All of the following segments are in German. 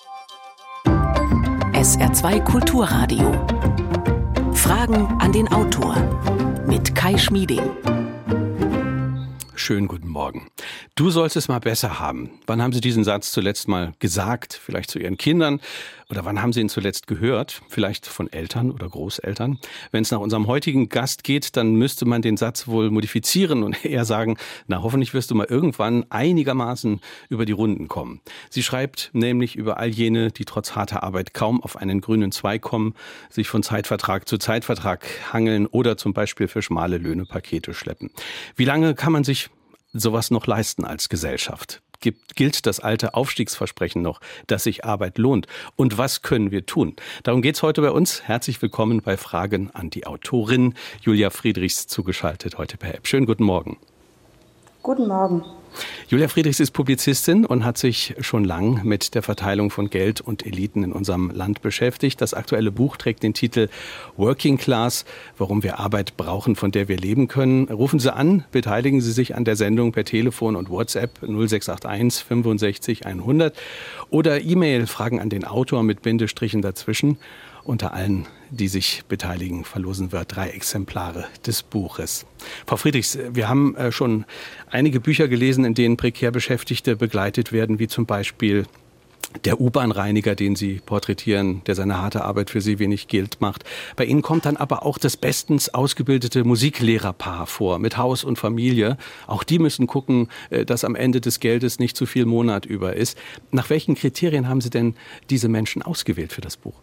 SR2 Kulturradio. Fragen an den Autor mit Kai Schmieding. Schönen guten Morgen. Du sollst es mal besser haben. Wann haben Sie diesen Satz zuletzt mal gesagt? Vielleicht zu Ihren Kindern? Oder wann haben Sie ihn zuletzt gehört? Vielleicht von Eltern oder Großeltern? Wenn es nach unserem heutigen Gast geht, dann müsste man den Satz wohl modifizieren und eher sagen, na hoffentlich wirst du mal irgendwann einigermaßen über die Runden kommen. Sie schreibt nämlich über all jene, die trotz harter Arbeit kaum auf einen grünen Zweig kommen, sich von Zeitvertrag zu Zeitvertrag hangeln oder zum Beispiel für schmale Löhne Pakete schleppen. Wie lange kann man sich sowas noch leisten als Gesellschaft? Gilt das alte Aufstiegsversprechen noch, dass sich Arbeit lohnt? Und was können wir tun? Darum geht's heute bei uns. Herzlich willkommen bei Fragen an die Autorin. Julia Friedrichs zugeschaltet heute per App. Schönen guten Morgen. Guten Morgen. Julia Friedrichs ist Publizistin und hat sich schon lang mit der Verteilung von Geld und Eliten in unserem Land beschäftigt. Das aktuelle Buch trägt den Titel Working Class, warum wir Arbeit brauchen, von der wir leben können. Rufen Sie an, beteiligen Sie sich an der Sendung per Telefon und WhatsApp 0681 65 100 oder E-Mail Fragen an den Autor mit Bindestrichen dazwischen. Unter allen, die sich beteiligen, verlosen wir 3 Exemplare des Buches. Frau Friedrichs, wir haben schon einige Bücher gelesen, in denen prekär Beschäftigte begleitet werden, wie zum Beispiel der U-Bahn-Reiniger, den Sie porträtieren, der seine harte Arbeit für Sie wenig Geld macht. Bei Ihnen kommt dann aber auch das bestens ausgebildete Musiklehrerpaar vor, mit Haus und Familie. Auch die müssen gucken, dass am Ende des Geldes nicht zu viel Monat über ist. Nach welchen Kriterien haben Sie denn diese Menschen ausgewählt für das Buch?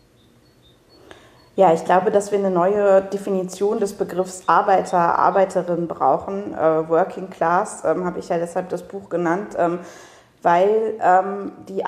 Ja, ich glaube, dass wir eine neue Definition des Begriffs Arbeiter, Arbeiterin brauchen. Working Class habe ich ja deshalb das Buch genannt, weil die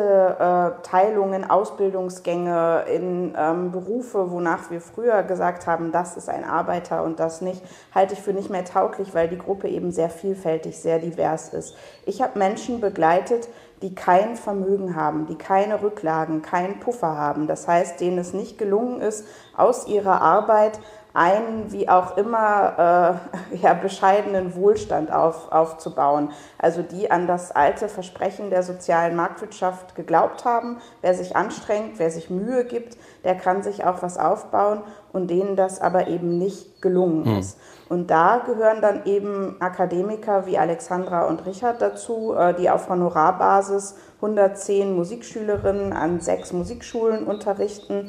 alte Teilung in Ausbildungsgänge, in Berufe, wonach wir früher gesagt haben, das ist ein Arbeiter und das nicht, halte ich für nicht mehr tauglich, weil die Gruppe eben sehr vielfältig, sehr divers ist. Ich habe Menschen begleitet, die kein Vermögen haben, die keine Rücklagen, keinen Puffer haben. Das heißt, denen es nicht gelungen ist, aus ihrer Arbeit einen, wie auch immer, bescheidenen Wohlstand aufzubauen. Also die an das alte Versprechen der sozialen Marktwirtschaft geglaubt haben. Wer sich anstrengt, wer sich Mühe gibt, der kann sich auch was aufbauen und denen das aber eben nicht gelungen ist. Und da gehören dann eben Akademiker wie Alexandra und Richard dazu, die auf Honorarbasis 110 Musikschülerinnen an 6 Musikschulen unterrichten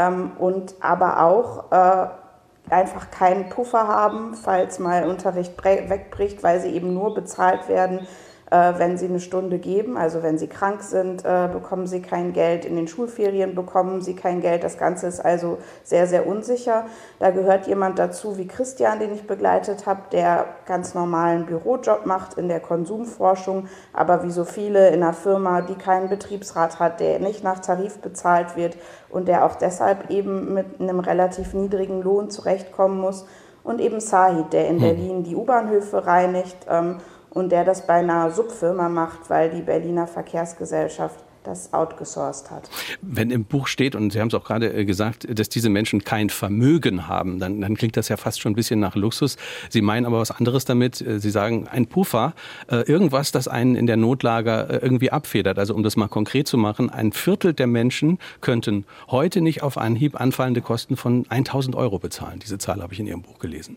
und aber auch einfach keinen Puffer haben, falls mal Unterricht wegbricht, weil sie eben nur bezahlt werden, wenn sie eine Stunde geben. Also wenn sie krank sind, bekommen sie kein Geld. In den Schulferien bekommen sie kein Geld. Das Ganze ist also sehr, sehr unsicher. Da gehört jemand dazu wie Christian, den ich begleitet habe, der ganz normalen Bürojob macht in der Konsumforschung, aber wie so viele in einer Firma, die keinen Betriebsrat hat, der nicht nach Tarif bezahlt wird und der auch deshalb eben mit einem relativ niedrigen Lohn zurechtkommen muss. Und eben Sahid, der in Berlin die U-Bahnhöfe reinigt, und der das bei einer Subfirma macht, weil die Berliner Verkehrsgesellschaft das outgesourced hat. Wenn im Buch steht, und Sie haben es auch gerade gesagt, dass diese Menschen kein Vermögen haben, dann klingt das ja fast schon ein bisschen nach Luxus. Sie meinen aber was anderes damit. Sie sagen, ein Puffer, irgendwas, das einen in der Notlage irgendwie abfedert. Also um das mal konkret zu machen, 1/4 der Menschen könnten heute nicht auf Anhieb anfallende Kosten von 1.000 € bezahlen. Diese Zahl habe ich in Ihrem Buch gelesen.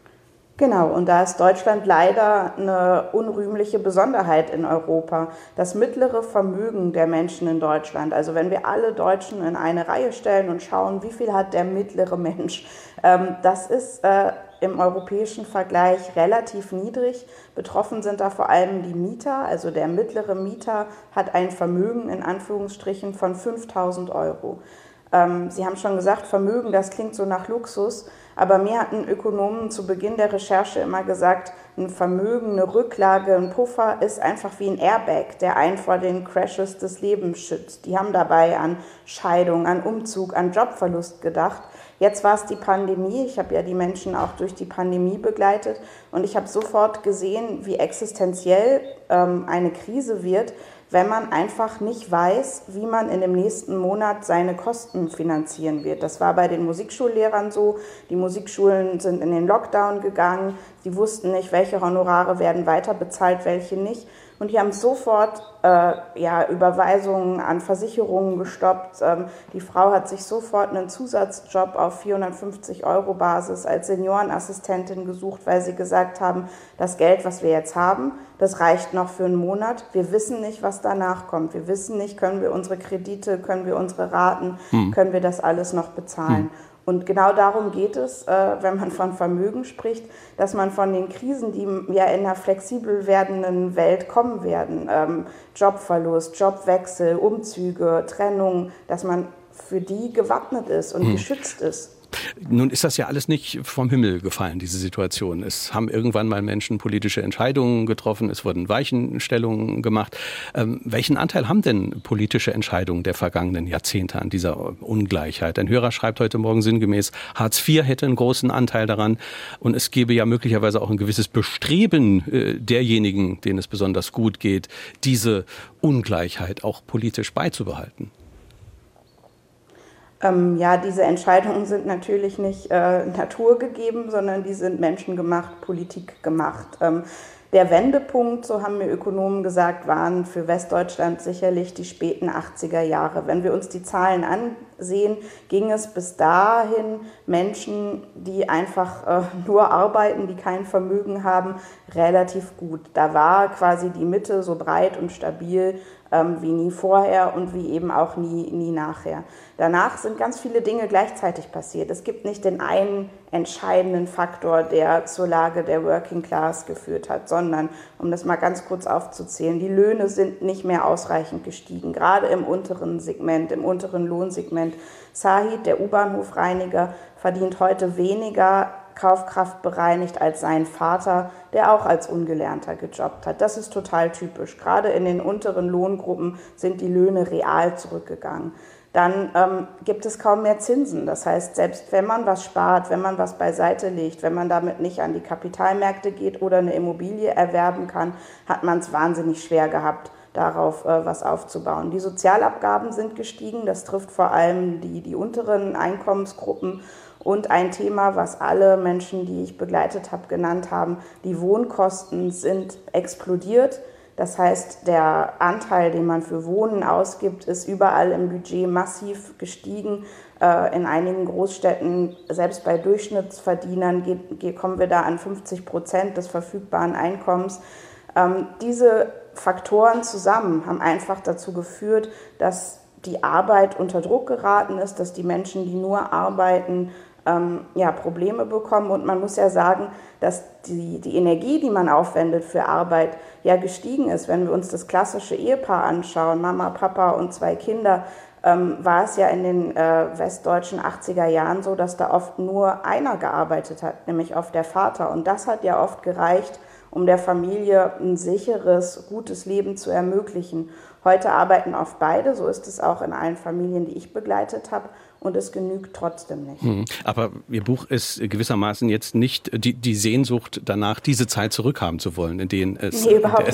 Genau, und da ist Deutschland leider eine unrühmliche Besonderheit in Europa. Das mittlere Vermögen der Menschen in Deutschland, also wenn wir alle Deutschen in eine Reihe stellen und schauen, wie viel hat der mittlere Mensch, das ist im europäischen Vergleich relativ niedrig. Betroffen sind da vor allem die Mieter, also der mittlere Mieter hat ein Vermögen in Anführungsstrichen von 5.000 €. Sie haben schon gesagt, Vermögen, das klingt so nach Luxus, aber mir hatten Ökonomen zu Beginn der Recherche immer gesagt, ein Vermögen, eine Rücklage, ein Puffer ist einfach wie ein Airbag, der einen vor den Crashes des Lebens schützt. Die haben dabei an Scheidung, an Umzug, an Jobverlust gedacht. Jetzt war es die Pandemie, ich habe ja die Menschen auch durch die Pandemie begleitet und ich habe sofort gesehen, wie existenziell eine Krise wird, wenn man einfach nicht weiß, wie man in dem nächsten Monat seine Kosten finanzieren wird. Das war bei den Musikschullehrern so. Die Musikschulen sind in den Lockdown gegangen. Sie wussten nicht, welche Honorare werden weiter bezahlt, welche nicht. Und die haben sofort Überweisungen an Versicherungen gestoppt. Die Frau hat sich sofort einen Zusatzjob auf 450-Euro-Basis als Seniorenassistentin gesucht, weil sie gesagt haben, das Geld, was wir jetzt haben, das reicht noch für einen Monat. Wir wissen nicht, was danach kommt. Wir wissen nicht, können wir unsere Kredite, können wir unsere Raten, können wir das alles noch bezahlen. Und genau darum geht es, wenn man von Vermögen spricht, dass man von den Krisen, die ja in einer flexibel werdenden Welt kommen werden, Jobverlust, Jobwechsel, Umzüge, Trennung, dass man für die gewappnet ist und geschützt ist. Nun ist das ja alles nicht vom Himmel gefallen, diese Situation. Es haben irgendwann mal Menschen politische Entscheidungen getroffen, es wurden Weichenstellungen gemacht. Welchen Anteil haben denn politische Entscheidungen der vergangenen Jahrzehnte an dieser Ungleichheit? Ein Hörer schreibt heute Morgen sinngemäß, Hartz IV hätte einen großen Anteil daran und es gäbe ja möglicherweise auch ein gewisses Bestreben derjenigen, denen es besonders gut geht, diese Ungleichheit auch politisch beizubehalten. Diese Entscheidungen sind natürlich nicht naturgegeben, sondern die sind menschengemacht, Politik gemacht. Der Wendepunkt, so haben mir Ökonomen gesagt, waren für Westdeutschland sicherlich die späten 80er Jahre. Wenn wir uns die Zahlen ansehen, ging es bis dahin Menschen, die einfach nur arbeiten, die kein Vermögen haben, relativ gut. Da war quasi die Mitte so breit und stabil wie nie vorher und wie eben auch nie nachher. Danach sind ganz viele Dinge gleichzeitig passiert. Es gibt nicht den einen entscheidenden Faktor, der zur Lage der Working Class geführt hat, sondern, um das mal ganz kurz aufzuzählen, die Löhne sind nicht mehr ausreichend gestiegen, gerade im unteren Segment, im unteren Lohnsegment. Sahid, der U-Bahnhofreiniger, verdient heute weniger Kaufkraft bereinigt als sein Vater, der auch als Ungelernter gejobbt hat. Das ist total typisch. Gerade in den unteren Lohngruppen sind die Löhne real zurückgegangen. Dann gibt es kaum mehr Zinsen. Das heißt, selbst wenn man was spart, wenn man was beiseite legt, wenn man damit nicht an die Kapitalmärkte geht oder eine Immobilie erwerben kann, hat man es wahnsinnig schwer gehabt, darauf was aufzubauen. Die Sozialabgaben sind gestiegen. Das trifft vor allem die unteren Einkommensgruppen. Und ein Thema, was alle Menschen, die ich begleitet habe, genannt haben, die Wohnkosten sind explodiert. Das heißt, der Anteil, den man für Wohnen ausgibt, ist überall im Budget massiv gestiegen. In einigen Großstädten, selbst bei Durchschnittsverdienern, kommen wir da an 50% des verfügbaren Einkommens. Diese Faktoren zusammen haben einfach dazu geführt, dass die Arbeit unter Druck geraten ist, dass die Menschen, die nur arbeiten, Probleme bekommen. Und man muss ja sagen, dass die Energie, die man aufwendet für Arbeit, ja gestiegen ist. Wenn wir uns das klassische Ehepaar anschauen, Mama, Papa und 2 Kinder, war es ja in den westdeutschen 80er Jahren so, dass da oft nur einer gearbeitet hat, nämlich oft der Vater. Und das hat ja oft gereicht, um der Familie ein sicheres, gutes Leben zu ermöglichen. Heute arbeiten oft beide, so ist es auch in allen Familien, die ich begleitet habe. Und es genügt trotzdem nicht. Aber Ihr Buch ist gewissermaßen jetzt nicht die Sehnsucht danach, diese Zeit zurückhaben zu wollen, in denen es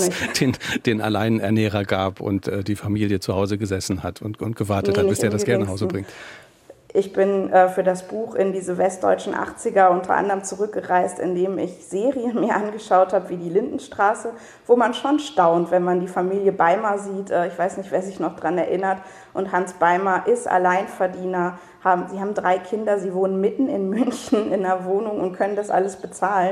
den Alleinernährer gab und die Familie zu Hause gesessen hat und gewartet hat, bis der das Geld nach Hause bringt. Ich bin für das Buch in diese westdeutschen 80er unter anderem zurückgereist, indem ich Serien mir angeschaut habe, wie die Lindenstraße, wo man schon staunt, wenn man die Familie Beimer sieht. Ich weiß nicht, wer sich noch daran erinnert. Und Hans Beimer ist Alleinverdiener. Sie haben 3 Kinder, sie wohnen mitten in München in einer Wohnung und können das alles bezahlen.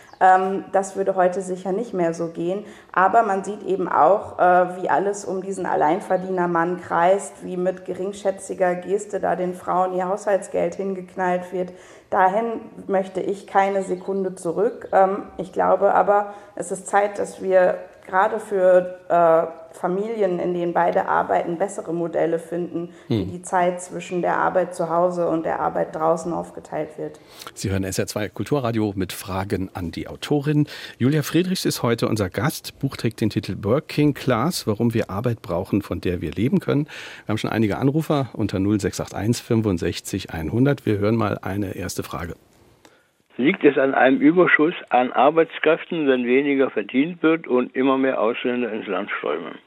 Das würde heute sicher nicht mehr so gehen. Aber man sieht eben auch, wie alles um diesen Alleinverdienermann kreist, wie mit geringschätziger Geste da den Frauen ihr Haushaltsgeld hingeknallt wird. Dahin möchte ich keine Sekunde zurück. Ich glaube aber, es ist Zeit, dass wir gerade für Familien, in denen beide arbeiten, bessere Modelle finden, wie die Zeit zwischen der Arbeit zu Hause und der Arbeit draußen aufgeteilt wird. Sie hören SR2 Kulturradio mit Fragen an die Autorin. Julia Friedrichs ist heute unser Gast. Buch trägt den Titel Working Class, warum wir Arbeit brauchen, von der wir leben können. Wir haben schon einige Anrufer unter 0681 65 100. Wir hören mal eine erste Frage. Liegt es an einem Überschuss an Arbeitskräften, wenn weniger verdient wird und immer mehr Ausländer ins Land strömen?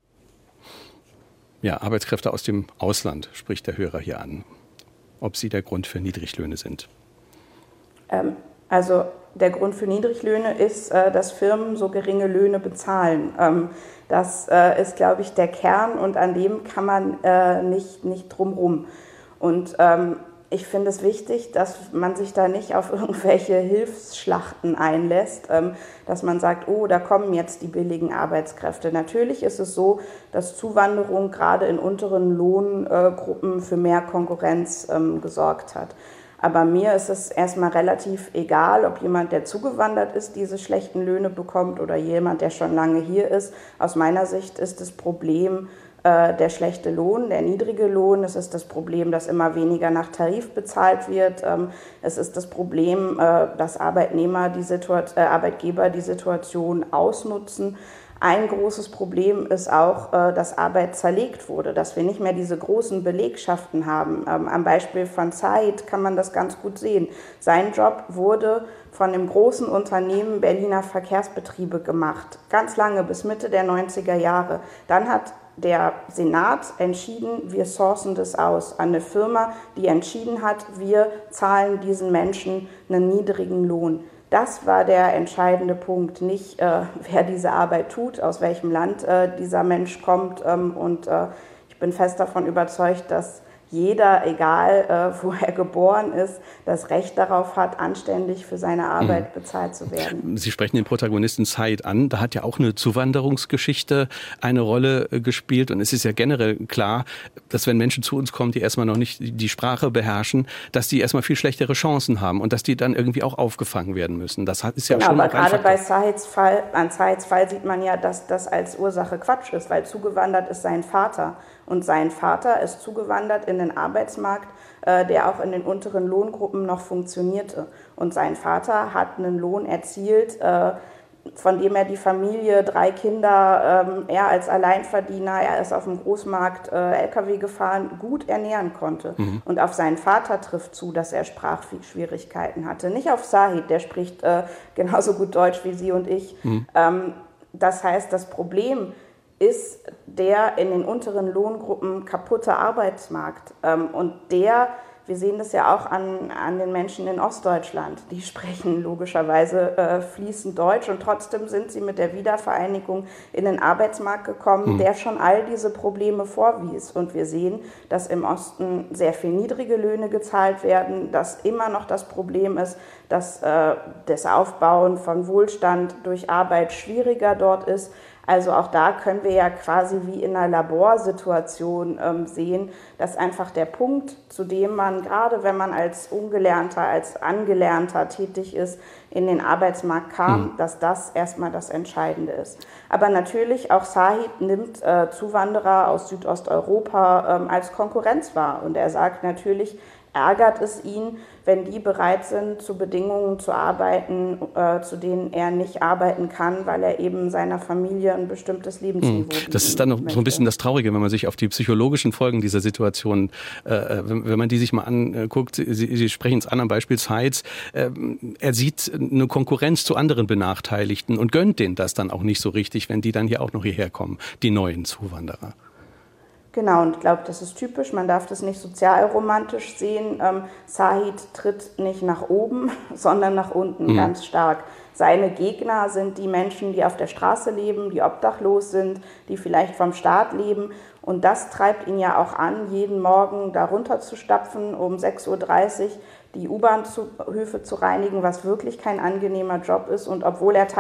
Ja, Arbeitskräfte aus dem Ausland spricht der Hörer hier an. Ob sie der Grund für Niedriglöhne sind? Also der Grund für Niedriglöhne ist, dass Firmen so geringe Löhne bezahlen. Das ist, glaube ich, der Kern und an dem kann man nicht drumrum. Und ich finde es wichtig, dass man sich da nicht auf irgendwelche Hilfsschlachten einlässt, dass man sagt, oh, da kommen jetzt die billigen Arbeitskräfte. Natürlich ist es so, dass Zuwanderung gerade in unteren Lohngruppen für mehr Konkurrenz gesorgt hat. Aber mir ist es erstmal relativ egal, ob jemand, der zugewandert ist, diese schlechten Löhne bekommt oder jemand, der schon lange hier ist. Aus meiner Sicht ist das Problem der schlechte Lohn, der niedrige Lohn. Es ist das Problem, dass immer weniger nach Tarif bezahlt wird. Es ist das Problem, dass Arbeitgeber die Situation ausnutzen. Ein großes Problem ist auch, dass Arbeit zerlegt wurde, dass wir nicht mehr diese großen Belegschaften haben. Am Beispiel von Said kann man das ganz gut sehen. Sein Job wurde von dem großen Unternehmen Berliner Verkehrsbetriebe gemacht, ganz lange, bis Mitte der 90er Jahre. Dann hat der Senat entschieden, wir sourcen das aus an eine Firma, die entschieden hat, wir zahlen diesen Menschen einen niedrigen Lohn. Das war der entscheidende Punkt, nicht wer diese Arbeit tut, aus welchem Land dieser Mensch kommt. Und ich bin fest davon überzeugt, dass jeder, egal wo er geboren ist, das Recht darauf hat, anständig für seine Arbeit bezahlt zu werden. Sie sprechen den Protagonisten Said an. Da hat ja auch eine Zuwanderungsgeschichte eine Rolle gespielt. Und es ist ja generell klar, dass wenn Menschen zu uns kommen, die erstmal noch nicht die Sprache beherrschen, dass die erstmal viel schlechtere Chancen haben und dass die dann irgendwie auch aufgefangen werden müssen. Das ist ja schon aber gerade bei Saids Fall sieht man ja, dass das als Ursache Quatsch ist, weil zugewandert ist sein Vater. Und sein Vater ist zugewandert in den Arbeitsmarkt, der auch in den unteren Lohngruppen noch funktionierte. Und sein Vater hat einen Lohn erzielt, von dem er die Familie, 3 Kinder, er als Alleinverdiener, er ist auf dem Großmarkt LKW gefahren, gut ernähren konnte. Und auf seinen Vater trifft zu, dass er Sprachschwierigkeiten hatte. Nicht auf Said, der spricht genauso gut Deutsch wie Sie und ich. Das heißt, das Problem ist der in den unteren Lohngruppen kaputte Arbeitsmarkt. Und wir sehen das ja auch an den Menschen in Ostdeutschland. Die sprechen logischerweise fließend Deutsch und trotzdem sind sie mit der Wiedervereinigung in den Arbeitsmarkt gekommen, der schon all diese Probleme vorwies. Und wir sehen, dass im Osten sehr viel niedrige Löhne gezahlt werden, dass immer noch das Problem ist, dass das Aufbauen von Wohlstand durch Arbeit schwieriger dort ist. Also auch da können wir ja quasi wie in einer Laborsituation sehen, dass einfach der Punkt, zu dem man, gerade wenn man als Ungelernter, als Angelernter tätig ist, in den Arbeitsmarkt kam, dass das erstmal das Entscheidende ist. Aber natürlich auch Said nimmt Zuwanderer aus Südosteuropa als Konkurrenz wahr. Und er sagt natürlich, ärgert es ihn, wenn die bereit sind, zu Bedingungen zu arbeiten, zu denen er nicht arbeiten kann, weil er eben seiner Familie ein bestimmtes Lebensniveau bieten Das ist dann noch möchte. so ein bisschen das Traurige, wenn man sich auf die psychologischen Folgen dieser Situation, wenn man die sich mal anguckt. Sie sprechen es an am Beispiel Saids. Er sieht eine Konkurrenz zu anderen Benachteiligten und gönnt denen das dann auch nicht so richtig, wenn die dann hier auch noch hierher kommen, die neuen Zuwanderer. Genau, und ich glaube, das ist typisch. Man darf das nicht sozialromantisch sehen. Said tritt nicht nach oben, sondern nach unten ganz stark. Seine Gegner sind die Menschen, die auf der Straße leben, die obdachlos sind, die vielleicht vom Staat leben. Und das treibt ihn ja auch an, jeden Morgen da runter zu stapfen, um 6:30 Uhr die U-Bahnhöfe zu reinigen, was wirklich kein angenehmer Job ist. Und obwohl er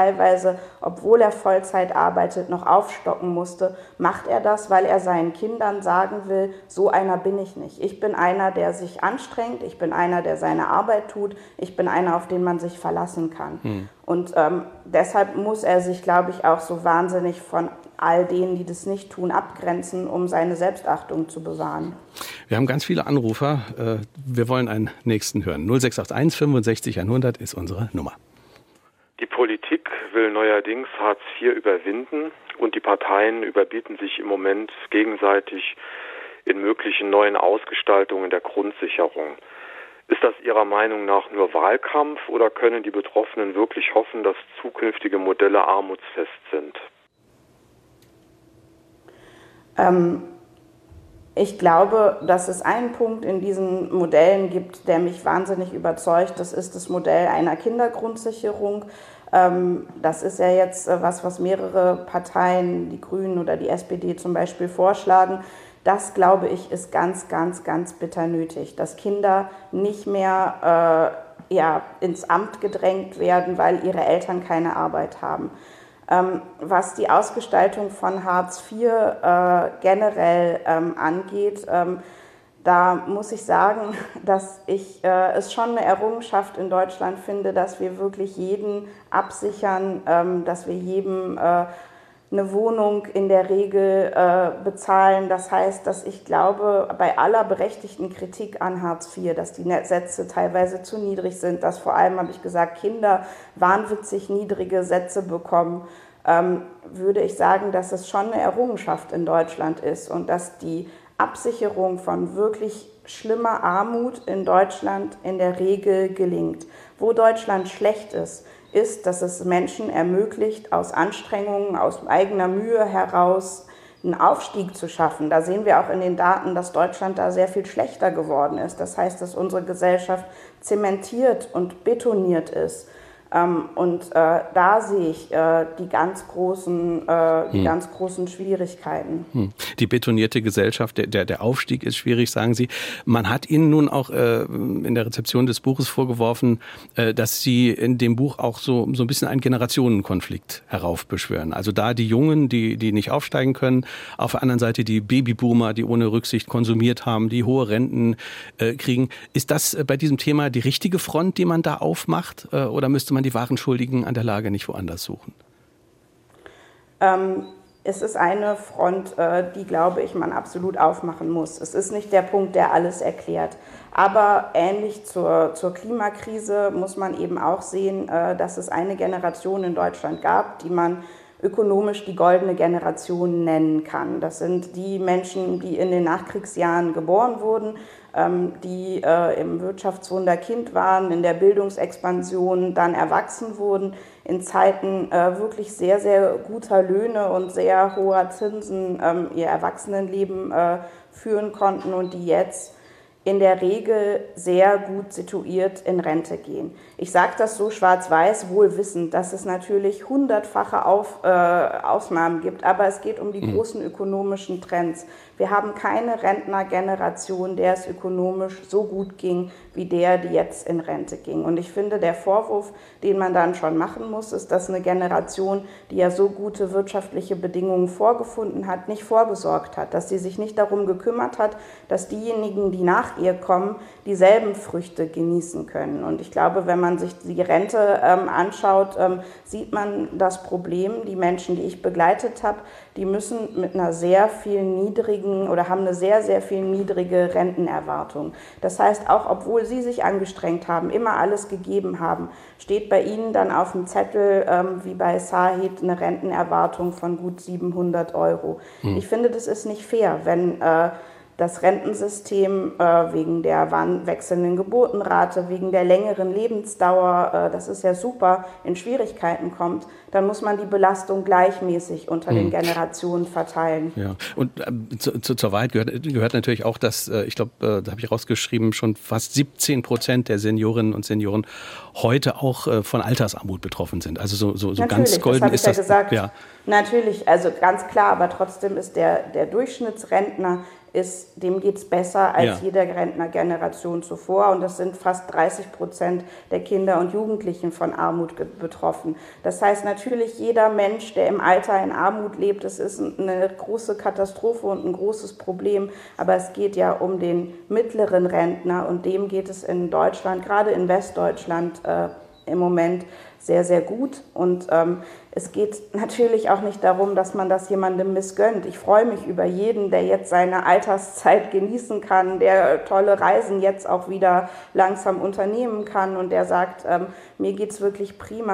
Vollzeit arbeitet, noch aufstocken musste, macht er das, weil er seinen Kindern sagen will, so einer bin ich nicht. Ich bin einer, der sich anstrengt, ich bin einer, der seine Arbeit tut, ich bin einer, auf den man sich verlassen kann. Und deshalb muss er sich, glaube ich, auch so wahnsinnig von all denen, die das nicht tun, abgrenzen, um seine Selbstachtung zu bewahren. Wir haben ganz viele Anrufer. Wir wollen einen nächsten hören. 0681 65 100 ist unsere Nummer. Die Politik will neuerdings Hartz IV überwinden und die Parteien überbieten sich im Moment gegenseitig in möglichen neuen Ausgestaltungen der Grundsicherung. Ist das Ihrer Meinung nach nur Wahlkampf oder können die Betroffenen wirklich hoffen, dass zukünftige Modelle armutsfest sind? Ich glaube, dass es einen Punkt in diesen Modellen gibt, der mich wahnsinnig überzeugt. Das ist das Modell einer Kindergrundsicherung. Das ist ja jetzt was mehrere Parteien, die Grünen oder die SPD zum Beispiel, vorschlagen. Das, glaube ich, ist ganz, ganz, ganz bitter nötig, dass Kinder nicht mehr ins Amt gedrängt werden, weil ihre Eltern keine Arbeit haben. Was die Ausgestaltung von Hartz IV generell angeht, da muss ich sagen, dass ich es schon eine Errungenschaft in Deutschland finde, dass wir wirklich jeden absichern, dass wir jedem eine Wohnung in der Regel bezahlen. Das heißt, dass ich glaube, bei aller berechtigten Kritik an Hartz IV, dass die Sätze teilweise zu niedrig sind, dass vor allem, habe ich gesagt, Kinder wahnwitzig niedrige Sätze bekommen, würde ich sagen, dass es schon eine Errungenschaft in Deutschland ist und dass die Absicherung von wirklich schlimmer Armut in Deutschland in der Regel gelingt. Wo Deutschland schlecht ist, dass es Menschen ermöglicht, aus Anstrengungen, aus eigener Mühe heraus einen Aufstieg zu schaffen. Da sehen wir auch in den Daten, dass Deutschland da sehr viel schlechter geworden ist. Das heißt, dass unsere Gesellschaft zementiert und betoniert ist. Da sehe ich die ganz großen Schwierigkeiten. Die betonierte Gesellschaft, der Aufstieg ist schwierig, sagen Sie. Man hat Ihnen nun auch in der Rezeption des Buches vorgeworfen, dass Sie in dem Buch auch so ein bisschen einen Generationenkonflikt heraufbeschwören. Also da die Jungen, die nicht aufsteigen können, auf der anderen Seite die Babyboomer, die ohne Rücksicht konsumiert haben, die hohe Renten kriegen. Ist das bei diesem Thema die richtige Front, die man da aufmacht, oder müsste man die wahren Schuldigen an der Lage nicht woanders suchen? Es ist eine Front, die, glaube ich, man absolut aufmachen muss. Es ist nicht der Punkt, der alles erklärt. Aber ähnlich zur Klimakrise muss man eben auch sehen, dass es eine Generation in Deutschland gab, die man ökonomisch die goldene Generation nennen kann. Das sind die Menschen, die in den Nachkriegsjahren geboren wurden, die im Wirtschaftswunder Kind waren, in der Bildungsexpansion dann erwachsen wurden, in Zeiten wirklich sehr, sehr guter Löhne und sehr hoher Zinsen ihr Erwachsenenleben führen konnten und die jetzt in der Regel sehr gut situiert in Rente gehen. Ich sage das so schwarz-weiß, wohl wissend, dass es natürlich hundertfache Ausnahmen gibt, aber es geht um die großen ökonomischen Trends. Wir haben keine Rentnergeneration, der es ökonomisch so gut ging, wie die jetzt in Rente ging. Und ich finde, der Vorwurf, den man dann schon machen muss, ist, dass eine Generation, die ja so gute wirtschaftliche Bedingungen vorgefunden hat, nicht vorgesorgt hat, dass sie sich nicht darum gekümmert hat, dass diejenigen, die nach ihr kommen, dieselben Früchte genießen können. Und ich glaube, wenn man sich die Rente anschaut, sieht man das Problem. Die Menschen, die ich begleitet habe, die müssen mit einer sehr viel niedrigen oder haben eine sehr, sehr viel niedrige Rentenerwartung. Das heißt, auch obwohl sie sich angestrengt haben, immer alles gegeben haben, steht bei ihnen dann auf dem Zettel, wie bei Sahid, eine Rentenerwartung von gut 700 €. Ich finde, das ist nicht fair, wenn das Rentensystem wegen der wechselnden Geburtenrate, wegen der längeren Lebensdauer, das ist ja super, in Schwierigkeiten kommt, dann muss man die Belastung gleichmäßig unter den Generationen verteilen. Ja, und zur Wahrheit gehört natürlich auch, dass, ich glaube, da habe ich rausgeschrieben, schon fast 17% der Seniorinnen und Senioren heute auch von Altersarmut betroffen sind. Also so ganz golden ist das. Gesagt. Ja. Natürlich, also ganz klar, aber trotzdem ist der Durchschnittsrentner, dem geht es besser als jeder Rentnergeneration zuvor. Und das sind fast 30% der Kinder und Jugendlichen von Armut betroffen. Das heißt natürlich, jeder Mensch, der im Alter in Armut lebt, das ist eine große Katastrophe und ein großes Problem. Aber es geht ja um den mittleren Rentner und dem geht es in Deutschland, gerade in Westdeutschland, im Moment sehr, sehr gut. Und es geht natürlich auch nicht darum, dass man das jemandem missgönnt. Ich freue mich über jeden, der jetzt seine Alterszeit genießen kann, der tolle Reisen jetzt auch wieder langsam unternehmen kann und der sagt, mir geht's wirklich prima.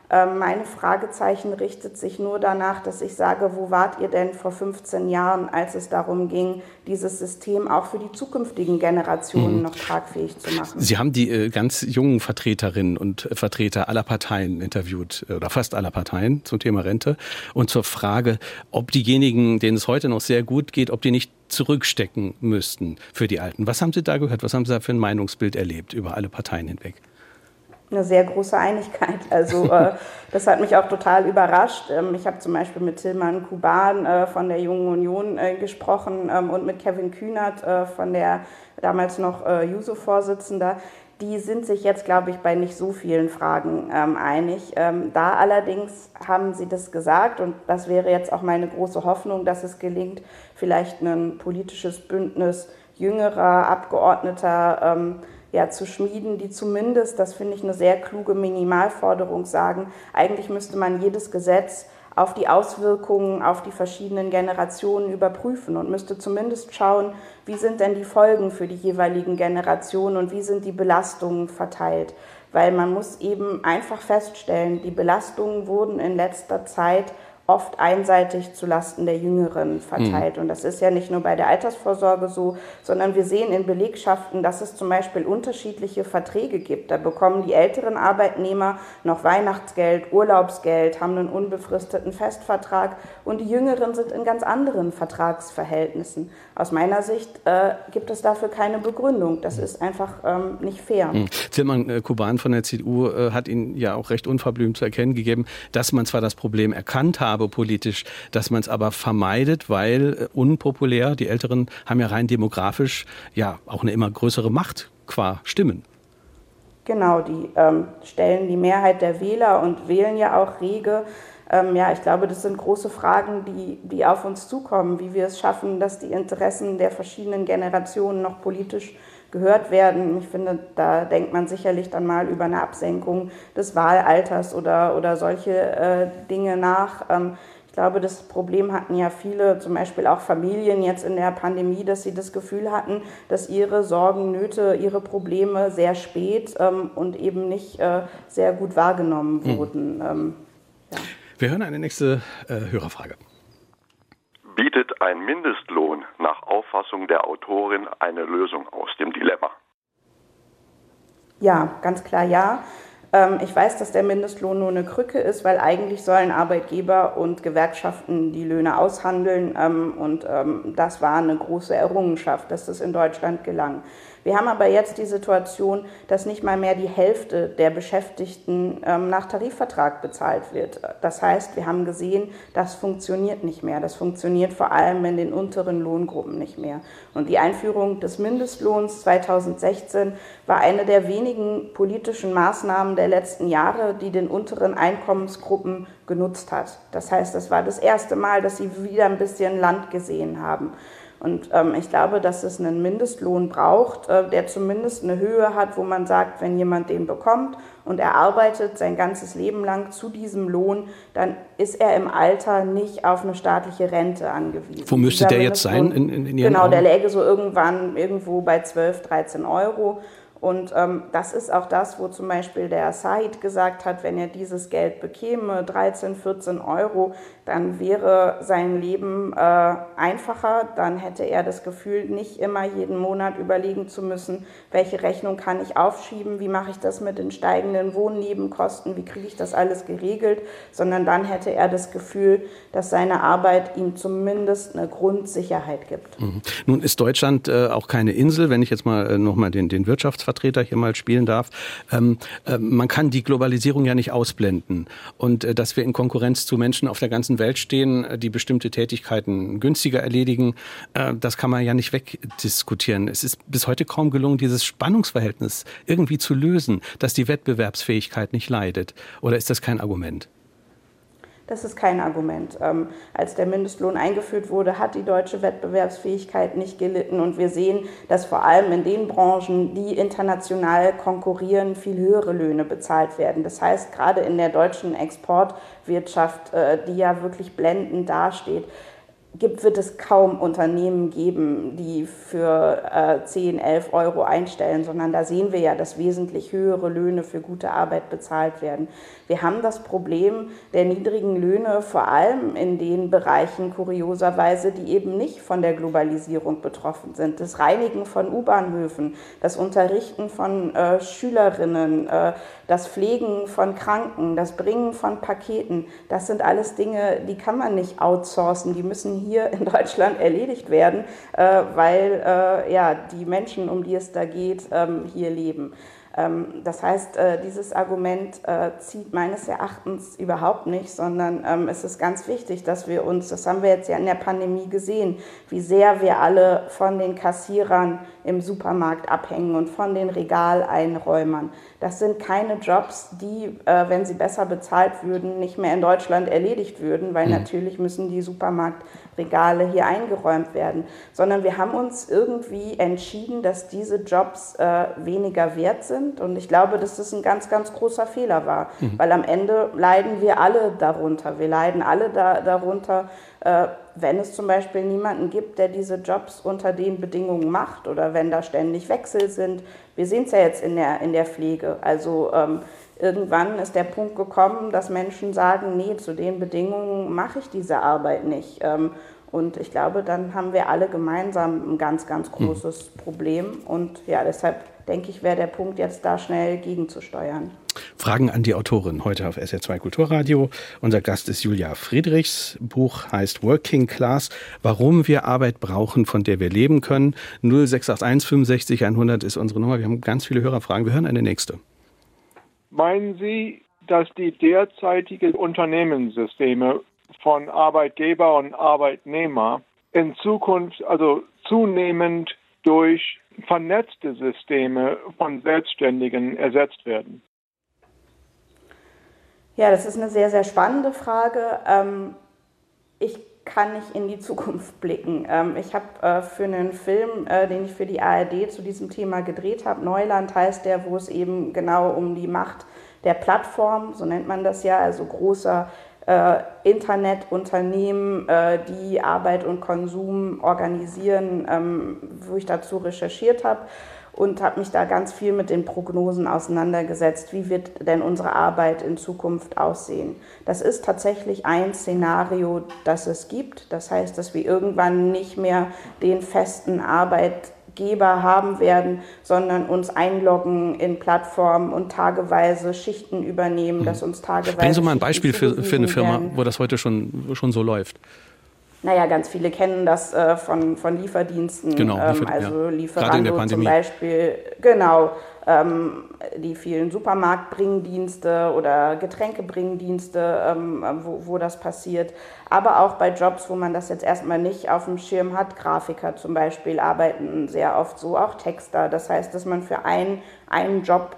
Meine Fragezeichen richtet sich nur danach, dass ich sage, wo wart ihr denn vor 15 Jahren, als es darum ging, dieses System auch für die zukünftigen Generationen noch tragfähig zu machen. Sie haben die ganz jungen Vertreterinnen und Vertreter aller Parteien interviewt, oder fast aller Parteien zum Thema Rente und zur Frage, ob diejenigen, denen es heute noch sehr gut geht, ob die nicht zurückstecken müssten für die Alten. Was haben Sie da gehört? Was haben Sie da für ein Meinungsbild erlebt über alle Parteien hinweg? Eine sehr große Einigkeit. Also das hat mich auch total überrascht. Ich habe zum Beispiel mit Tilman Kuban von der Jungen Union gesprochen und mit Kevin Kühnert von der damals noch JUSO-Vorsitzender. Die sind sich jetzt, glaube ich, bei nicht so vielen Fragen einig. Da allerdings haben sie das gesagt, und das wäre jetzt auch meine große Hoffnung, dass es gelingt, vielleicht ein politisches Bündnis jüngerer Abgeordneter zu schmieden, die zumindest, das finde ich eine sehr kluge Minimalforderung, sagen, eigentlich müsste man jedes Gesetz auf die Auswirkungen auf die verschiedenen Generationen überprüfen und müsste zumindest schauen, wie sind denn die Folgen für die jeweiligen Generationen und wie sind die Belastungen verteilt. Weil man muss eben einfach feststellen, die Belastungen wurden in letzter Zeit oft einseitig zulasten der Jüngeren verteilt. Und das ist ja nicht nur bei der Altersvorsorge so, sondern wir sehen in Belegschaften, dass es zum Beispiel unterschiedliche Verträge gibt. Da bekommen die älteren Arbeitnehmer noch Weihnachtsgeld, Urlaubsgeld, haben einen unbefristeten Festvertrag und die Jüngeren sind in ganz anderen Vertragsverhältnissen. Aus meiner Sicht gibt es dafür keine Begründung. Das ist einfach nicht fair. Tilman Kuban von der CDU hat Ihnen ja auch recht unverblümt zu erkennen gegeben, dass man zwar das Problem erkannt habe politisch, dass man es aber vermeidet, weil unpopulär, die Älteren haben ja rein demografisch ja auch eine immer größere Macht qua Stimmen. Genau, die stellen die Mehrheit der Wähler und wählen ja auch rege. Ich glaube, das sind große Fragen, die auf uns zukommen, wie wir es schaffen, dass die Interessen der verschiedenen Generationen noch politisch gehört werden. Ich finde, da denkt man sicherlich dann mal über eine Absenkung des Wahlalters oder solche Dinge nach. Ich glaube, das Problem hatten ja viele, zum Beispiel auch Familien jetzt in der Pandemie, dass sie das Gefühl hatten, dass ihre Sorgen, Nöte, ihre Probleme sehr spät und eben nicht sehr gut wahrgenommen wurden. Wir hören eine nächste Hörerfrage. Bietet ein Mindestlohn nach Auffassung der Autorin eine Lösung aus dem Dilemma? Ja, ganz klar ja. Ich weiß, dass der Mindestlohn nur eine Krücke ist, weil eigentlich sollen Arbeitgeber und Gewerkschaften die Löhne aushandeln und das war eine große Errungenschaft, dass das in Deutschland gelang. Wir haben aber jetzt die Situation, dass nicht mal mehr die Hälfte der Beschäftigten nach Tarifvertrag bezahlt wird. Das heißt, wir haben gesehen, das funktioniert nicht mehr. Das funktioniert vor allem in den unteren Lohngruppen nicht mehr. Und die Einführung des Mindestlohns 2016 war eine der wenigen politischen Maßnahmen der letzten Jahre, die den unteren Einkommensgruppen genutzt hat. Das heißt, das war das erste Mal, dass sie wieder ein bisschen Land gesehen haben. Und ich glaube, dass es einen Mindestlohn braucht, der zumindest eine Höhe hat, wo man sagt, wenn jemand den bekommt und er arbeitet sein ganzes Leben lang zu diesem Lohn, dann ist er im Alter nicht auf eine staatliche Rente angewiesen. Wo müsste der jetzt sein in Ihren Augen? Genau, der läge so irgendwo bei 12, 13 Euro. Und das ist auch das, wo zum Beispiel der Said gesagt hat, wenn er dieses Geld bekäme, 13, 14 Euro, dann wäre sein Leben einfacher. Dann hätte er das Gefühl, nicht immer jeden Monat überlegen zu müssen, welche Rechnung kann ich aufschieben, wie mache ich das mit den steigenden Wohnnebenkosten, wie kriege ich das alles geregelt, sondern dann hätte er das Gefühl, dass seine Arbeit ihm zumindest eine Grundsicherheit gibt. Nun ist Deutschland auch keine Insel, wenn ich jetzt mal nochmal den Wirtschaftsvertreter hier mal spielen darf. Man kann die Globalisierung ja nicht ausblenden. Und dass wir in Konkurrenz zu Menschen auf der ganzen Welt stehen, die bestimmte Tätigkeiten günstiger erledigen, das kann man ja nicht wegdiskutieren. Es ist bis heute kaum gelungen, dieses Spannungsverhältnis irgendwie zu lösen, dass die Wettbewerbsfähigkeit nicht leidet. Oder ist das kein Argument? Das ist kein Argument. Als der Mindestlohn eingeführt wurde, hat die deutsche Wettbewerbsfähigkeit nicht gelitten. Und wir sehen, dass vor allem in den Branchen, die international konkurrieren, viel höhere Löhne bezahlt werden. Das heißt, gerade in der deutschen Exportwirtschaft, die ja wirklich blendend dasteht, wird es kaum Unternehmen geben, die für 10, 11 Euro einstellen, sondern da sehen wir ja, dass wesentlich höhere Löhne für gute Arbeit bezahlt werden. Wir haben das Problem der niedrigen Löhne vor allem in den Bereichen kurioserweise, die eben nicht von der Globalisierung betroffen sind. Das Reinigen von U-Bahnhöfen, das Unterrichten von Schülerinnen, das Pflegen von Kranken, das Bringen von Paketen, das sind alles Dinge, die kann man nicht outsourcen, die müssen hier in Deutschland erledigt werden, weil die Menschen, um die es da geht, hier leben. Das heißt, dieses Argument zieht meines Erachtens überhaupt nicht, sondern es ist ganz wichtig, dass wir uns, das haben wir jetzt ja in der Pandemie gesehen, wie sehr wir alle von den Kassierern im Supermarkt abhängen und von den Regaleinräumern. Das sind keine Jobs, die, wenn sie besser bezahlt würden, nicht mehr in Deutschland erledigt würden, weil natürlich müssen die Supermarktregale hier eingeräumt werden, sondern wir haben uns irgendwie entschieden, dass diese Jobs weniger wert sind. Und ich glaube, dass das ein ganz, ganz großer Fehler war, weil am Ende leiden wir alle darunter. Wir leiden alle darunter, wenn es zum Beispiel niemanden gibt, der diese Jobs unter den Bedingungen macht oder wenn da ständig Wechsel sind. Wir sehen es ja jetzt in der Pflege. Also irgendwann ist der Punkt gekommen, dass Menschen sagen, nee, zu den Bedingungen mache ich diese Arbeit nicht. Und ich glaube, dann haben wir alle gemeinsam ein ganz, ganz großes Problem. Und ja, deshalb denke ich, wäre der Punkt, jetzt da schnell gegenzusteuern. Fragen an die Autorin heute auf SR2 Kulturradio. Unser Gast ist Julia Friedrichs. Buch heißt Working Class, warum wir Arbeit brauchen, von der wir leben können. 0681 65 100 ist unsere Nummer. Wir haben ganz viele Hörerfragen. Wir hören eine nächste. Meinen Sie, dass die derzeitigen Unternehmenssysteme von Arbeitgeber und Arbeitnehmer in Zukunft also zunehmend durch vernetzte Systeme von Selbstständigen ersetzt werden? Ja, das ist eine sehr, sehr spannende Frage. Ich kann nicht in die Zukunft blicken. Ich habe für einen Film, den ich für die ARD zu diesem Thema gedreht habe, Neuland heißt der, wo es eben genau um die Macht der Plattform, so nennt man das ja, also großer Internetunternehmen, die Arbeit und Konsum organisieren, wo ich dazu recherchiert habe und habe mich da ganz viel mit den Prognosen auseinandergesetzt. Wie wird denn unsere Arbeit in Zukunft aussehen? Das ist tatsächlich ein Szenario, das es gibt. Das heißt, dass wir irgendwann nicht mehr den festen Arbeitgeber haben werden, sondern uns einloggen in Plattformen und tageweise Schichten übernehmen, dass uns tageweise Bringen Sie mal ein Beispiel für eine Firma, werden, wo das heute schon so läuft. Naja, ganz viele kennen das von Lieferdiensten, genau, also Lieferando ja. zum Beispiel, genau, die vielen Supermarktbringdienste oder Getränkebringdienste, wo das passiert, aber auch bei Jobs, wo man das jetzt erstmal nicht auf dem Schirm hat. Grafiker zum Beispiel arbeiten sehr oft so, auch Texter, das heißt, dass man für einen Job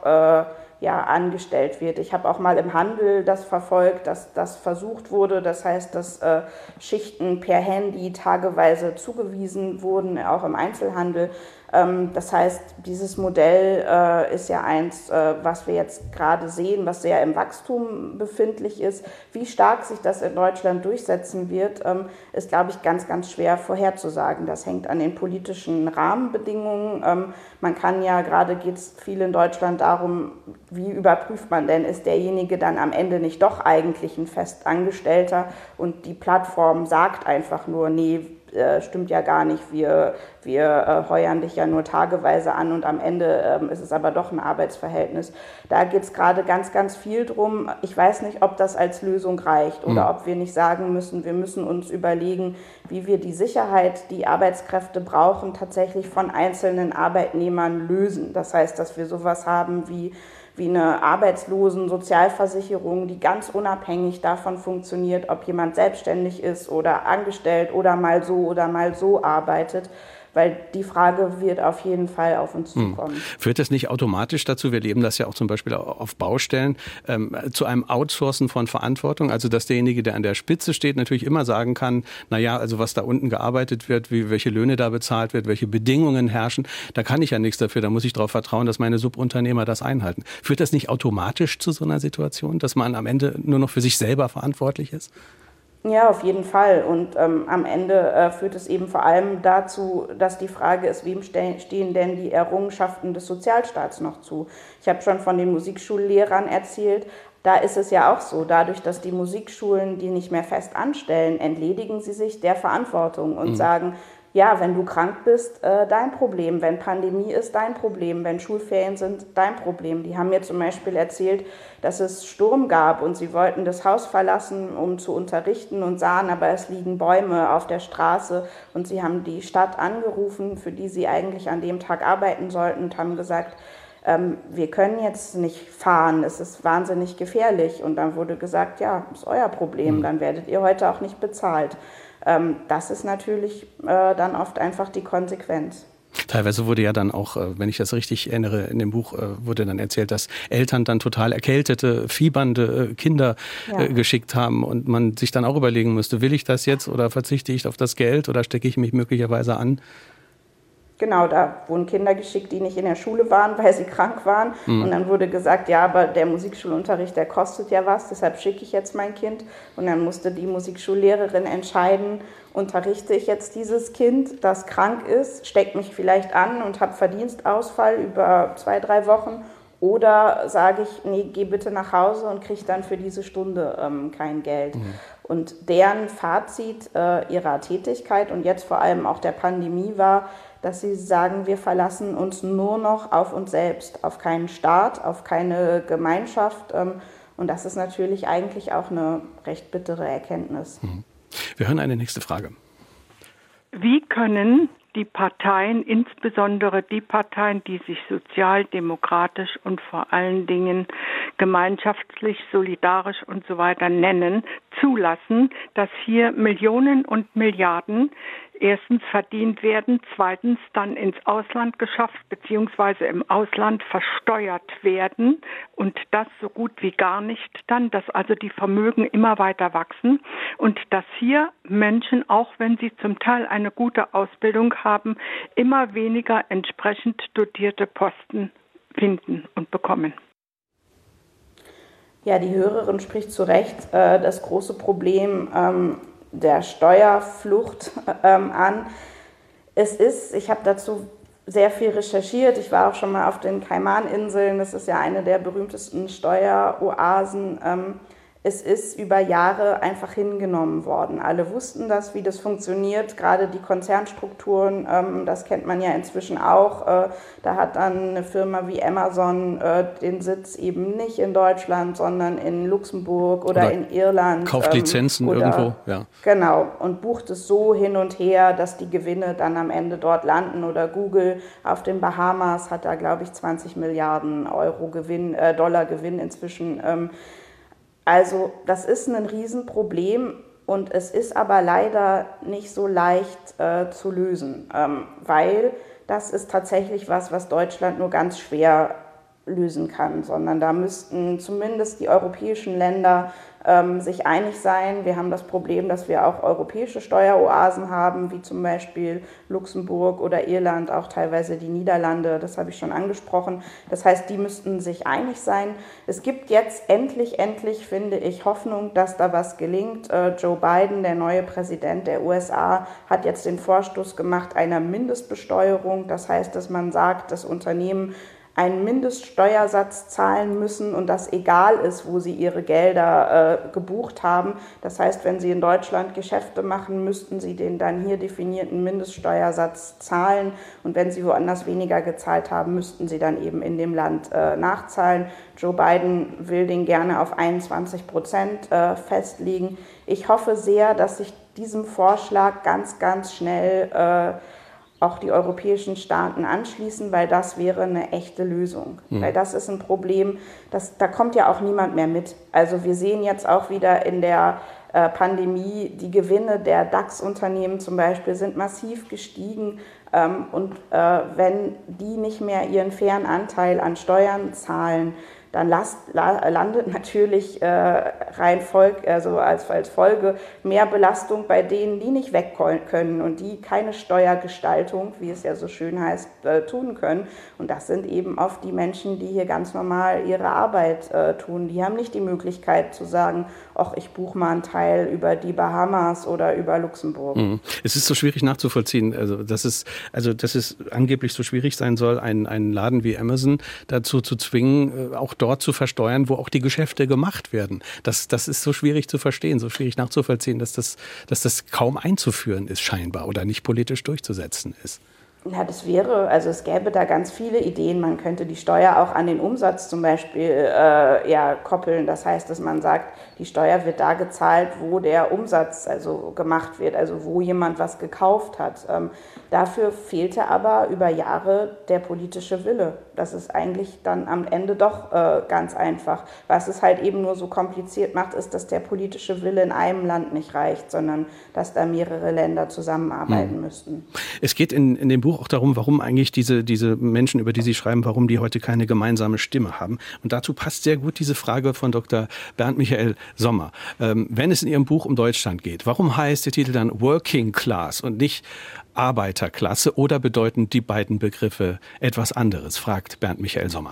angestellt wird. Ich habe auch mal im Handel das verfolgt, dass das versucht wurde. Das heißt, dass Schichten per Handy tageweise zugewiesen wurden, auch im Einzelhandel. Das heißt, dieses Modell ist ja eins, was wir jetzt gerade sehen, was sehr im Wachstum befindlich ist. Wie stark sich das in Deutschland durchsetzen wird, ist, glaube ich, ganz, ganz schwer vorherzusagen. Das hängt an den politischen Rahmenbedingungen. Man kann ja, gerade geht es viel in Deutschland darum, wie überprüft man denn, ist derjenige dann am Ende nicht doch eigentlich ein Festangestellter und die Plattform sagt einfach nur, nee, stimmt ja gar nicht, wir heuern dich ja nur tageweise an und am Ende ist es aber doch ein Arbeitsverhältnis. Da geht es gerade ganz, ganz viel drum. Ich weiß nicht, ob das als Lösung reicht oder ob wir nicht sagen müssen, wir müssen uns überlegen, wie wir die Sicherheit, die Arbeitskräfte brauchen, tatsächlich von einzelnen Arbeitnehmern lösen. Das heißt, dass wir sowas haben wie eine Arbeitslosensozialversicherung, die ganz unabhängig davon funktioniert, ob jemand selbstständig ist oder angestellt oder mal so arbeitet. Weil die Frage wird auf jeden Fall auf uns zukommen. Führt das nicht automatisch dazu, wir leben das ja auch zum Beispiel auf Baustellen, zu einem Outsourcen von Verantwortung? Also dass derjenige, der an der Spitze steht, natürlich immer sagen kann, naja, also was da unten gearbeitet wird, welche Löhne da bezahlt wird, welche Bedingungen herrschen, da kann ich ja nichts dafür, da muss ich darauf vertrauen, dass meine Subunternehmer das einhalten. Führt das nicht automatisch zu so einer Situation, dass man am Ende nur noch für sich selber verantwortlich ist? Ja, auf jeden Fall. Und am Ende führt es eben vor allem dazu, dass die Frage ist, wem stehen denn die Errungenschaften des Sozialstaats noch zu? Ich habe schon von den Musikschullehrern erzählt. Da ist es ja auch so, dadurch, dass die Musikschulen die nicht mehr fest anstellen, entledigen sie sich der Verantwortung und sagen, ja, wenn du krank bist, dein Problem. Wenn Pandemie ist, dein Problem. Wenn Schulferien sind, dein Problem. Die haben mir zum Beispiel erzählt, dass es Sturm gab und sie wollten das Haus verlassen, um zu unterrichten und sahen, aber es liegen Bäume auf der Straße und sie haben die Stadt angerufen, für die sie eigentlich an dem Tag arbeiten sollten und haben gesagt, wir können jetzt nicht fahren, es ist wahnsinnig gefährlich. Und dann wurde gesagt, ja, ist euer Problem, dann werdet ihr heute auch nicht bezahlt. Das ist natürlich dann oft einfach die Konsequenz. Teilweise wurde ja dann auch, wenn ich das richtig erinnere, in dem Buch wurde dann erzählt, dass Eltern dann total erkältete, fiebernde Kinder geschickt haben und man sich dann auch überlegen müsste, will ich das jetzt oder verzichte ich auf das Geld oder stecke ich mich möglicherweise an? Genau, da wurden Kinder geschickt, die nicht in der Schule waren, weil sie krank waren. Und dann wurde gesagt, ja, aber der Musikschulunterricht, der kostet ja was, deshalb schicke ich jetzt mein Kind. Und dann musste die Musikschullehrerin entscheiden, unterrichte ich jetzt dieses Kind, das krank ist, stecke mich vielleicht an und habe Verdienstausfall über 2-3 Wochen. Oder sage ich, nee, geh bitte nach Hause und krieg dann für diese Stunde kein Geld. Und deren Fazit ihrer Tätigkeit und jetzt vor allem auch der Pandemie war, dass sie sagen, wir verlassen uns nur noch auf uns selbst, auf keinen Staat, auf keine Gemeinschaft. Und das ist natürlich eigentlich auch eine recht bittere Erkenntnis. Wir hören eine nächste Frage. Wie können die Parteien, insbesondere die Parteien, die sich sozialdemokratisch und vor allen Dingen gemeinschaftlich, solidarisch und so weiter nennen, zulassen, dass hier Millionen und Milliarden erstens verdient werden, zweitens dann ins Ausland geschafft bzw. im Ausland versteuert werden und das so gut wie gar nicht dann, dass also die Vermögen immer weiter wachsen und dass hier Menschen, auch wenn sie zum Teil eine gute Ausbildung haben, immer weniger entsprechend dotierte Posten finden und bekommen. Ja, die Hörerin spricht zu Recht das große Problem der Steuerflucht an. Ich habe dazu sehr viel recherchiert. Ich war auch schon mal auf den Kaimaninseln. Das ist ja eine der berühmtesten Steueroasen. Es ist über Jahre einfach hingenommen worden. Alle wussten das, wie das funktioniert, gerade die Konzernstrukturen, das kennt man ja inzwischen auch. Da hat dann eine Firma wie Amazon den Sitz eben nicht in Deutschland, sondern in Luxemburg oder in Irland. Kauft Lizenzen irgendwo, ja. Genau, und bucht es so hin und her, dass die Gewinne dann am Ende dort landen. Oder Google auf den Bahamas hat da, glaube ich, 20 Milliarden Dollar Gewinn inzwischen. Also das ist ein Riesenproblem und es ist aber leider nicht so leicht zu lösen, weil das ist tatsächlich was Deutschland nur ganz schwer lösen kann, sondern da müssten zumindest die europäischen Länder sich einig sein. Wir haben das Problem, dass wir auch europäische Steueroasen haben, wie zum Beispiel Luxemburg oder Irland, auch teilweise die Niederlande, das habe ich schon angesprochen. Das heißt, die müssten sich einig sein. Es gibt jetzt endlich, finde ich, Hoffnung, dass da was gelingt. Joe Biden, der neue Präsident der USA, hat jetzt den Vorstoß gemacht einer Mindestbesteuerung. Das heißt, dass man sagt, dass Unternehmen einen Mindeststeuersatz zahlen müssen und das egal ist, wo sie ihre Gelder gebucht haben. Das heißt, wenn sie in Deutschland Geschäfte machen, müssten sie den dann hier definierten Mindeststeuersatz zahlen und wenn sie woanders weniger gezahlt haben, müssten sie dann eben in dem Land nachzahlen. Joe Biden will den gerne auf 21% festlegen. Ich hoffe sehr, dass sich diesem Vorschlag ganz, ganz schnell auch die europäischen Staaten anschließen, weil das wäre eine echte Lösung. Weil das ist ein Problem, da kommt ja auch niemand mehr mit. Also wir sehen jetzt auch wieder in der Pandemie, die Gewinne der DAX-Unternehmen zum Beispiel sind massiv gestiegen. Und wenn die nicht mehr ihren fairen Anteil an Steuern zahlen, dann landet natürlich als Folge mehr Belastung bei denen, die nicht weg können und die keine Steuergestaltung, wie es ja so schön heißt, tun können. Und das sind eben oft die Menschen, die hier ganz normal ihre Arbeit tun. Die haben nicht die Möglichkeit zu sagen, ach, ich buche mal einen Teil über die Bahamas oder über Luxemburg. Es ist so schwierig nachzuvollziehen, dass es angeblich so schwierig sein soll, einen Laden wie Amazon dazu zu zwingen, auch dort zu versteuern, wo auch die Geschäfte gemacht werden. Das ist so schwierig zu verstehen, so schwierig nachzuvollziehen, dass das kaum einzuführen ist scheinbar oder nicht politisch durchzusetzen ist. Ja, es gäbe da ganz viele Ideen. Man könnte die Steuer auch an den Umsatz zum Beispiel koppeln. Das heißt, dass man sagt, die Steuer wird da gezahlt, wo der Umsatz also gemacht wird, also wo jemand was gekauft hat. Dafür fehlte aber über Jahre der politische Wille. Das ist eigentlich dann am Ende doch ganz einfach. Was es halt eben nur so kompliziert macht, ist, dass der politische Wille in einem Land nicht reicht, sondern dass da mehrere Länder zusammenarbeiten müssten. Es geht in dem Buch auch darum, warum eigentlich diese Menschen, über die Sie schreiben, warum die heute keine gemeinsame Stimme haben. Und dazu passt sehr gut diese Frage von Dr. Bernd Michael Sommer. Wenn es in Ihrem Buch um Deutschland geht, warum heißt der Titel dann Working Class und nicht Arbeiterklasse oder bedeuten die beiden Begriffe etwas anderes, fragt Bernd Michael Sommer.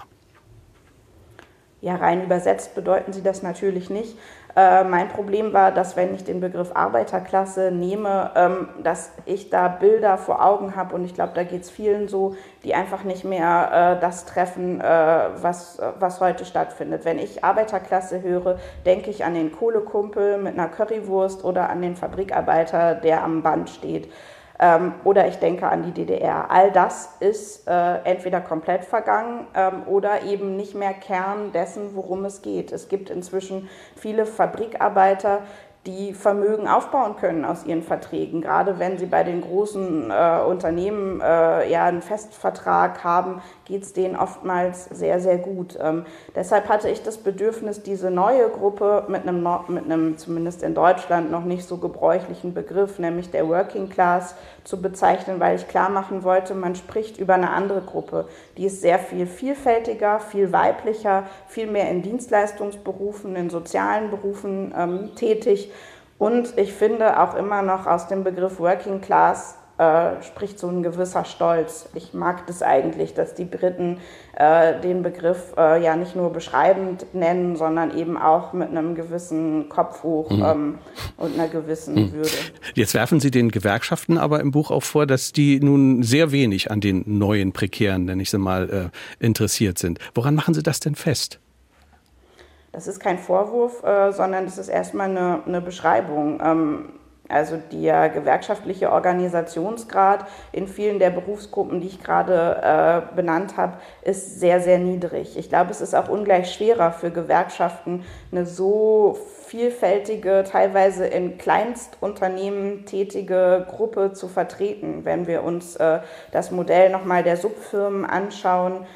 Ja, rein übersetzt bedeuten sie das natürlich nicht. Mein Problem war, dass wenn ich den Begriff Arbeiterklasse nehme, dass ich da Bilder vor Augen habe und ich glaube, da geht es vielen so, die einfach nicht mehr das treffen, was heute stattfindet. Wenn ich Arbeiterklasse höre, denke ich an den Kohlekumpel mit einer Currywurst oder an den Fabrikarbeiter, der am Band steht. Oder ich denke an die DDR. All das ist entweder komplett vergangen oder eben nicht mehr Kern dessen, worum es geht. Es gibt inzwischen viele Fabrikarbeiter, die Vermögen aufbauen können aus ihren Verträgen. Gerade wenn sie bei den großen Unternehmen einen Festvertrag haben, geht es denen oftmals sehr, sehr gut. Deshalb hatte ich das Bedürfnis, diese neue Gruppe mit einem zumindest in Deutschland noch nicht so gebräuchlichen Begriff, nämlich der Working Class, zu bezeichnen, weil ich klar machen wollte, man spricht über eine andere Gruppe. Die ist sehr viel vielfältiger, viel weiblicher, viel mehr in Dienstleistungsberufen, in sozialen Berufen tätig. Und ich finde auch immer noch aus dem Begriff Working Class spricht so ein gewisser Stolz. Ich mag das eigentlich, dass die Briten den Begriff nicht nur beschreibend nennen, sondern eben auch mit einem gewissen Kopf hoch und einer gewissen Würde. Jetzt werfen Sie den Gewerkschaften aber im Buch auch vor, dass die nun sehr wenig an den neuen Prekären, nenne ich sie mal, interessiert sind. Woran machen Sie das denn fest? Das ist kein Vorwurf, sondern das ist erstmal eine Beschreibung. Also der gewerkschaftliche Organisationsgrad in vielen der Berufsgruppen, die ich gerade benannt habe, ist sehr, sehr niedrig. Ich glaube, es ist auch ungleich schwerer für Gewerkschaften, eine so vielfältige, teilweise in Kleinstunternehmen tätige Gruppe zu vertreten. Wenn wir uns das Modell nochmal der Subfirmen anschauen,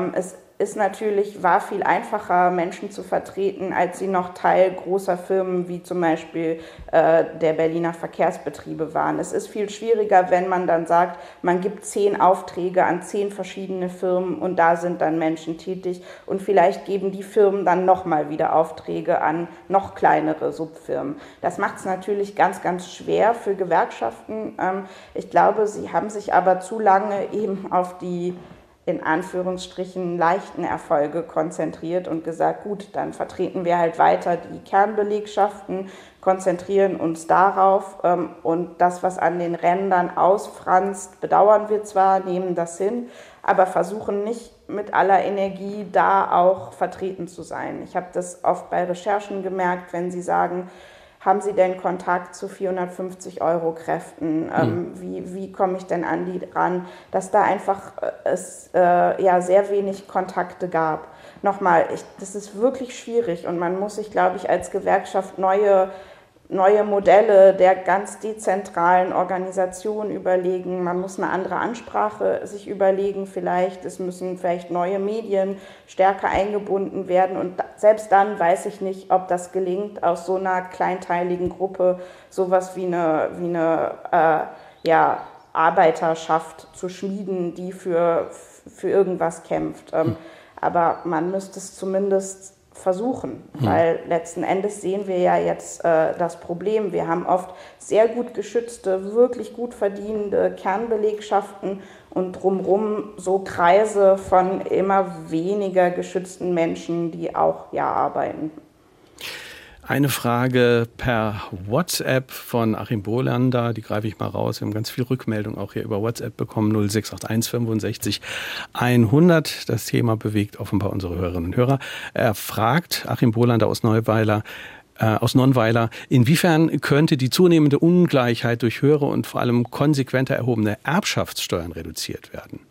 war viel einfacher, Menschen zu vertreten, als sie noch Teil großer Firmen wie zum Beispiel der Berliner Verkehrsbetriebe waren. Es ist viel schwieriger, wenn man dann sagt, man gibt 10 Aufträge an 10 verschiedene Firmen und da sind dann Menschen tätig und vielleicht geben die Firmen dann nochmal wieder Aufträge an noch kleinere Subfirmen. Das macht es natürlich ganz, ganz schwer für Gewerkschaften. Ich glaube, sie haben sich aber zu lange eben auf die in Anführungsstrichen leichten Erfolge konzentriert und gesagt, gut, dann vertreten wir halt weiter die Kernbelegschaften, konzentrieren uns darauf und das, was an den Rändern ausfranst, bedauern wir zwar, nehmen das hin, aber versuchen nicht mit aller Energie da auch vertreten zu sein. Ich habe das oft bei Recherchen gemerkt, wenn Sie sagen, haben Sie denn Kontakt zu 450-Euro-Kräften? Wie komme ich denn an die ran? Dass da einfach es sehr wenig Kontakte gab. Nochmal, das ist wirklich schwierig und man muss sich, glaube ich, als Gewerkschaft neue Modelle der ganz dezentralen Organisation überlegen. Man muss eine andere Ansprache sich überlegen vielleicht. Es müssen vielleicht neue Medien stärker eingebunden werden. Und selbst dann weiß ich nicht, ob das gelingt, aus so einer kleinteiligen Gruppe sowas wie eine Arbeiterschaft zu schmieden, die für irgendwas kämpft. Aber man müsste es zumindest versuchen, weil letzten Endes sehen wir ja jetzt das Problem. Wir haben oft sehr gut geschützte, wirklich gut verdienende Kernbelegschaften und drumherum so Kreise von immer weniger geschützten Menschen, die auch arbeiten. Eine Frage per WhatsApp von Achim Bolander, die greife ich mal raus. Wir haben ganz viel Rückmeldung auch hier über WhatsApp bekommen, 0681 65 100. Das Thema bewegt offenbar unsere Hörerinnen und Hörer. Er fragt, Achim Bolander aus Nonnweiler, inwiefern könnte die zunehmende Ungleichheit durch höhere und vor allem konsequenter erhobene Erbschaftssteuern reduziert werden?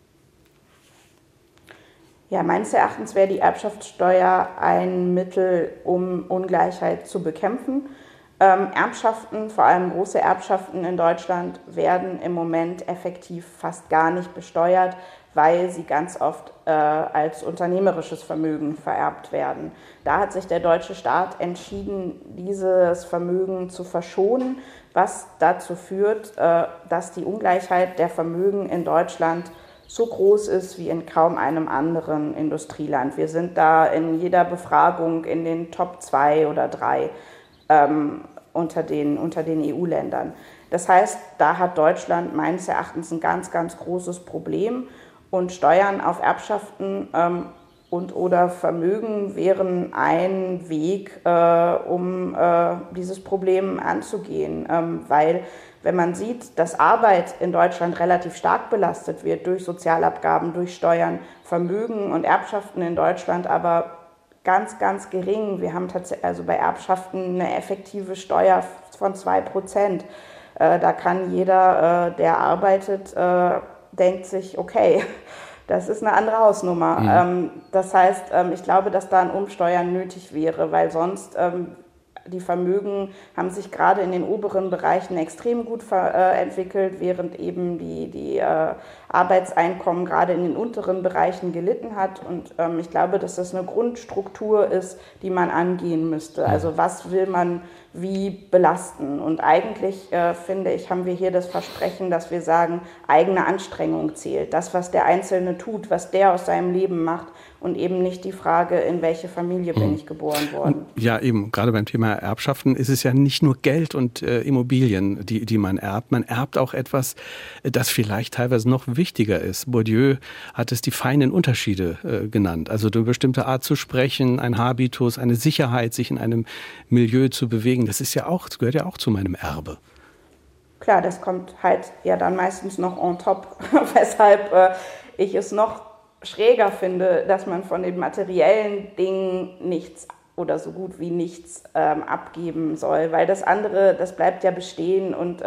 Ja, meines Erachtens wäre die Erbschaftssteuer ein Mittel, um Ungleichheit zu bekämpfen. Erbschaften, vor allem große Erbschaften in Deutschland, werden im Moment effektiv fast gar nicht besteuert, weil sie ganz oft als unternehmerisches Vermögen vererbt werden. Da hat sich der deutsche Staat entschieden, dieses Vermögen zu verschonen, was dazu führt, dass die Ungleichheit der Vermögen in Deutschland so groß ist wie in kaum einem anderen Industrieland. Wir sind da in jeder Befragung in den Top 2 oder 3 unter den EU-Ländern. Das heißt, da hat Deutschland meines Erachtens ein ganz, ganz großes Problem und Steuern auf Erbschaften und oder Vermögen wären ein Weg, um dieses Problem anzugehen, weil wenn man sieht, dass Arbeit in Deutschland relativ stark belastet wird durch Sozialabgaben, durch Steuern, Vermögen und Erbschaften in Deutschland aber ganz, ganz gering. Wir haben tatsächlich also bei Erbschaften eine effektive Steuer von 2%. Da kann jeder, der arbeitet, denkt sich, okay, das ist eine andere Hausnummer. Das heißt, ich glaube, dass da ein Umsteuern nötig wäre, weil sonst die Vermögen haben sich gerade in den oberen Bereichen extrem gut entwickelt, während eben die Arbeitseinkommen gerade in den unteren Bereichen gelitten hat. Und ich glaube, dass das eine Grundstruktur ist, die man angehen müsste. Also was will man wie belasten? Und eigentlich, finde ich, haben wir hier das Versprechen, dass wir sagen, eigene Anstrengung zählt. Das, was der Einzelne tut, was der aus seinem Leben macht und eben nicht die Frage, in welche Familie bin ich geboren worden. Und ja, eben, gerade beim Thema Erbschaften ist es ja nicht nur Geld und Immobilien, die man erbt. Man erbt auch etwas, das vielleicht teilweise noch wichtiger ist. Bourdieu hat es die feinen Unterschiede genannt. Also eine bestimmte Art zu sprechen, ein Habitus, eine Sicherheit, sich in einem Milieu zu bewegen. Das gehört ja auch zu meinem Erbe. Klar, das kommt halt ja dann meistens noch on top, weshalb ich es noch schräger finde, dass man von den materiellen Dingen nichts oder so gut wie nichts abgeben soll, weil das andere, das bleibt ja bestehen und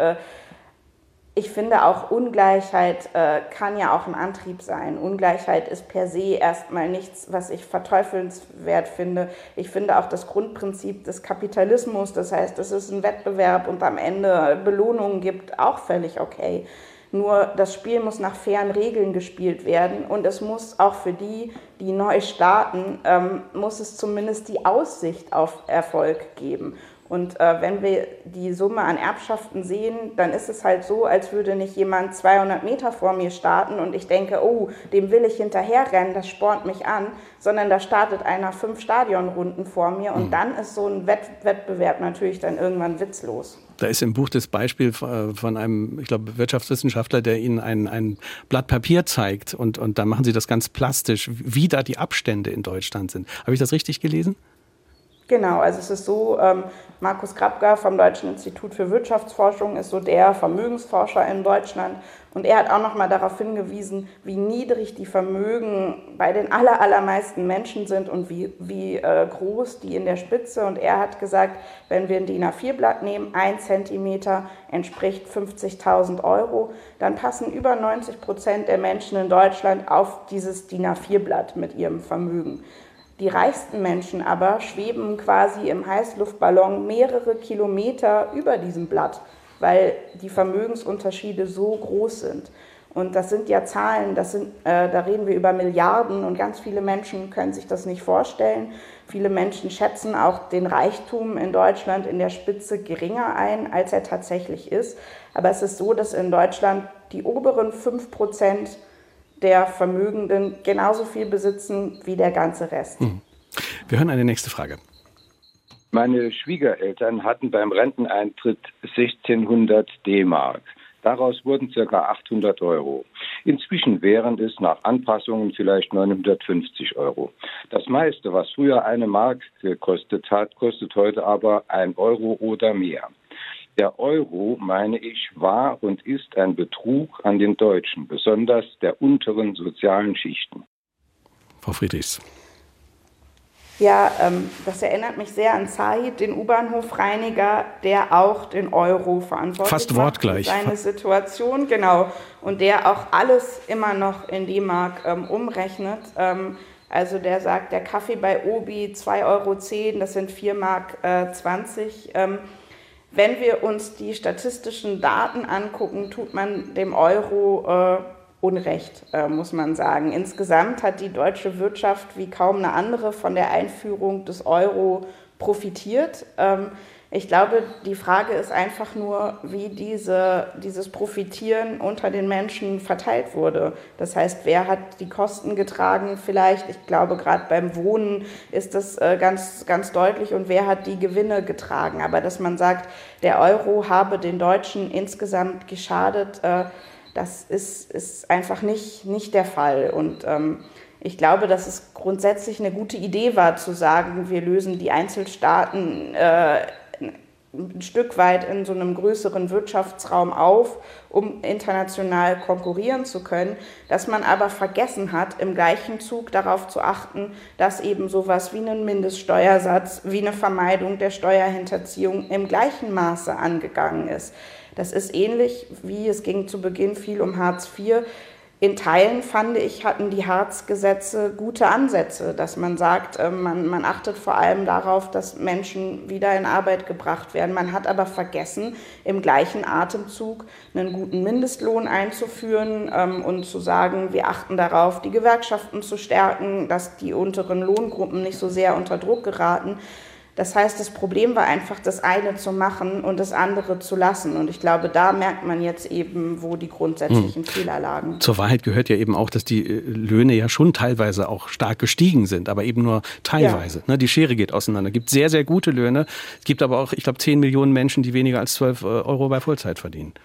ich finde auch Ungleichheit kann ja auch ein Antrieb sein. Ungleichheit ist per se erstmal nichts, was ich verteufelnswert finde. Ich finde auch das Grundprinzip des Kapitalismus, das heißt, dass es einen Wettbewerb und am Ende Belohnungen gibt, auch völlig okay. Nur das Spiel muss nach fairen Regeln gespielt werden und es muss auch für die neu starten, muss es zumindest die Aussicht auf Erfolg geben. Und wenn wir die Summe an Erbschaften sehen, dann ist es halt so, als würde nicht jemand 200 Meter vor mir starten und ich denke, oh, dem will ich hinterherrennen, das spornt mich an, sondern da startet einer 5 Stadionrunden vor mir und dann ist so ein Wettbewerb natürlich dann irgendwann witzlos. Da ist im Buch das Beispiel von einem, ich glaube, Wirtschaftswissenschaftler, der Ihnen ein Blatt Papier zeigt und dann machen Sie das ganz plastisch, wie da die Abstände in Deutschland sind. Habe ich das richtig gelesen? Genau, also es ist so, Markus Grabka vom Deutschen Institut für Wirtschaftsforschung ist so der Vermögensforscher in Deutschland und er hat auch nochmal darauf hingewiesen, wie niedrig die Vermögen bei den allermeisten Menschen sind und wie groß die in der Spitze und er hat gesagt, wenn wir ein DIN A4-Blatt nehmen, 1 Zentimeter entspricht 50.000 €, dann passen über 90% der Menschen in Deutschland auf dieses DIN A4-Blatt mit ihrem Vermögen. Die reichsten Menschen aber schweben quasi im Heißluftballon mehrere Kilometer über diesem Blatt, weil die Vermögensunterschiede so groß sind. Und das sind ja Zahlen, da reden wir über Milliarden und ganz viele Menschen können sich das nicht vorstellen. Viele Menschen schätzen auch den Reichtum in Deutschland in der Spitze geringer ein, als er tatsächlich ist. Aber es ist so, dass in Deutschland die oberen 5% der Vermögenden genauso viel besitzen wie der ganze Rest. Wir hören eine nächste Frage. Meine Schwiegereltern hatten beim Renteneintritt 1600 D-Mark. Daraus wurden ca. 800 Euro. Inzwischen wären es nach Anpassungen vielleicht 950 Euro. Das meiste, was früher 1 Mark gekostet hat, kostet heute aber 1 Euro oder mehr. Der Euro, meine ich, war und ist ein Betrug an den Deutschen, besonders der unteren sozialen Schichten. Frau Friedrichs. Ja, das erinnert mich sehr an Zahid, den U-Bahnhofreiniger, der auch den Euro verantwortlich fast wortgleich macht für seine Situation, genau, und der auch alles immer noch in D-Mark umrechnet. Also der sagt, der Kaffee bei Obi 2,10 Euro, das sind 4,20 Mark. Wenn wir uns die statistischen Daten angucken, tut man dem Euro Unrecht, muss man sagen. Insgesamt hat die deutsche Wirtschaft wie kaum eine andere von der Einführung des Euro profitiert. Ich glaube, die Frage ist einfach nur, wie dieses Profitieren unter den Menschen verteilt wurde. Das heißt, wer hat die Kosten getragen vielleicht? Ich glaube, gerade beim Wohnen ist das ganz, ganz deutlich. Und wer hat die Gewinne getragen? Aber dass man sagt, der Euro habe den Deutschen insgesamt geschadet, das ist einfach nicht der Fall. Und ich glaube, dass es grundsätzlich eine gute Idee war, zu sagen, wir lösen die Einzelstaaten ein Stück weit in so einem größeren Wirtschaftsraum auf, um international konkurrieren zu können, dass man aber vergessen hat, im gleichen Zug darauf zu achten, dass eben sowas wie ein Mindeststeuersatz, wie eine Vermeidung der Steuerhinterziehung im gleichen Maße angegangen ist. Das ist ähnlich wie, es ging zu Beginn viel um Hartz IV. In Teilen, fand ich, hatten die Hartz-Gesetze gute Ansätze, dass man sagt, man achtet vor allem darauf, dass Menschen wieder in Arbeit gebracht werden. Man hat aber vergessen, im gleichen Atemzug einen guten Mindestlohn einzuführen und zu sagen, wir achten darauf, die Gewerkschaften zu stärken, dass die unteren Lohngruppen nicht so sehr unter Druck geraten. Das heißt, das Problem war einfach, das eine zu machen und das andere zu lassen. Und ich glaube, da merkt man jetzt eben, wo die grundsätzlichen Fehler lagen. Zur Wahrheit gehört ja eben auch, dass die Löhne ja schon teilweise auch stark gestiegen sind, aber eben nur teilweise. Ja. Die Schere geht auseinander. Es gibt sehr, sehr gute Löhne. Es gibt aber auch, ich glaube, 10 Millionen Menschen, die weniger als 12 Euro bei Vollzeit verdienen.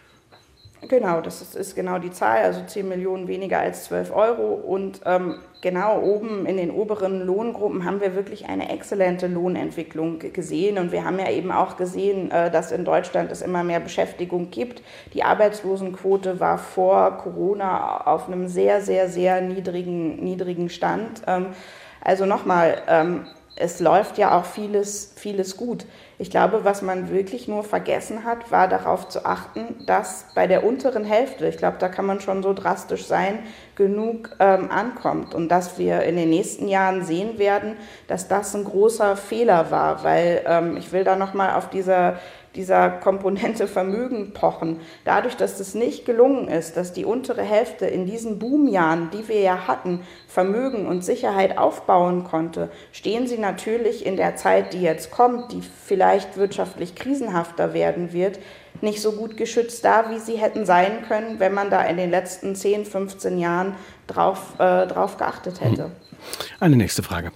Genau, das ist genau die Zahl, also 10 Millionen weniger als 12 Euro. Und genau oben in den oberen Lohngruppen haben wir wirklich eine exzellente Lohnentwicklung gesehen. Und wir haben ja eben auch gesehen, dass in Deutschland es immer mehr Beschäftigung gibt. Die Arbeitslosenquote war vor Corona auf einem sehr, sehr, sehr niedrigen Stand. Also nochmal, es läuft ja auch vieles gut. Ich glaube, was man wirklich nur vergessen hat, war darauf zu achten, dass bei der unteren Hälfte, ich glaube, da kann man schon so drastisch sein, genug ankommt. Und dass wir in den nächsten Jahren sehen werden, dass das ein großer Fehler war. Weil ich will da nochmal auf dieser Komponente Vermögen pochen. Dadurch, dass es nicht gelungen ist, dass die untere Hälfte in diesen Boomjahren, die wir ja hatten, Vermögen und Sicherheit aufbauen konnte, stehen sie natürlich in der Zeit, die jetzt kommt, die vielleicht wirtschaftlich krisenhafter werden wird, nicht so gut geschützt da, wie sie hätten sein können, wenn man da in den letzten 10, 15 Jahren drauf geachtet hätte. Eine nächste Frage.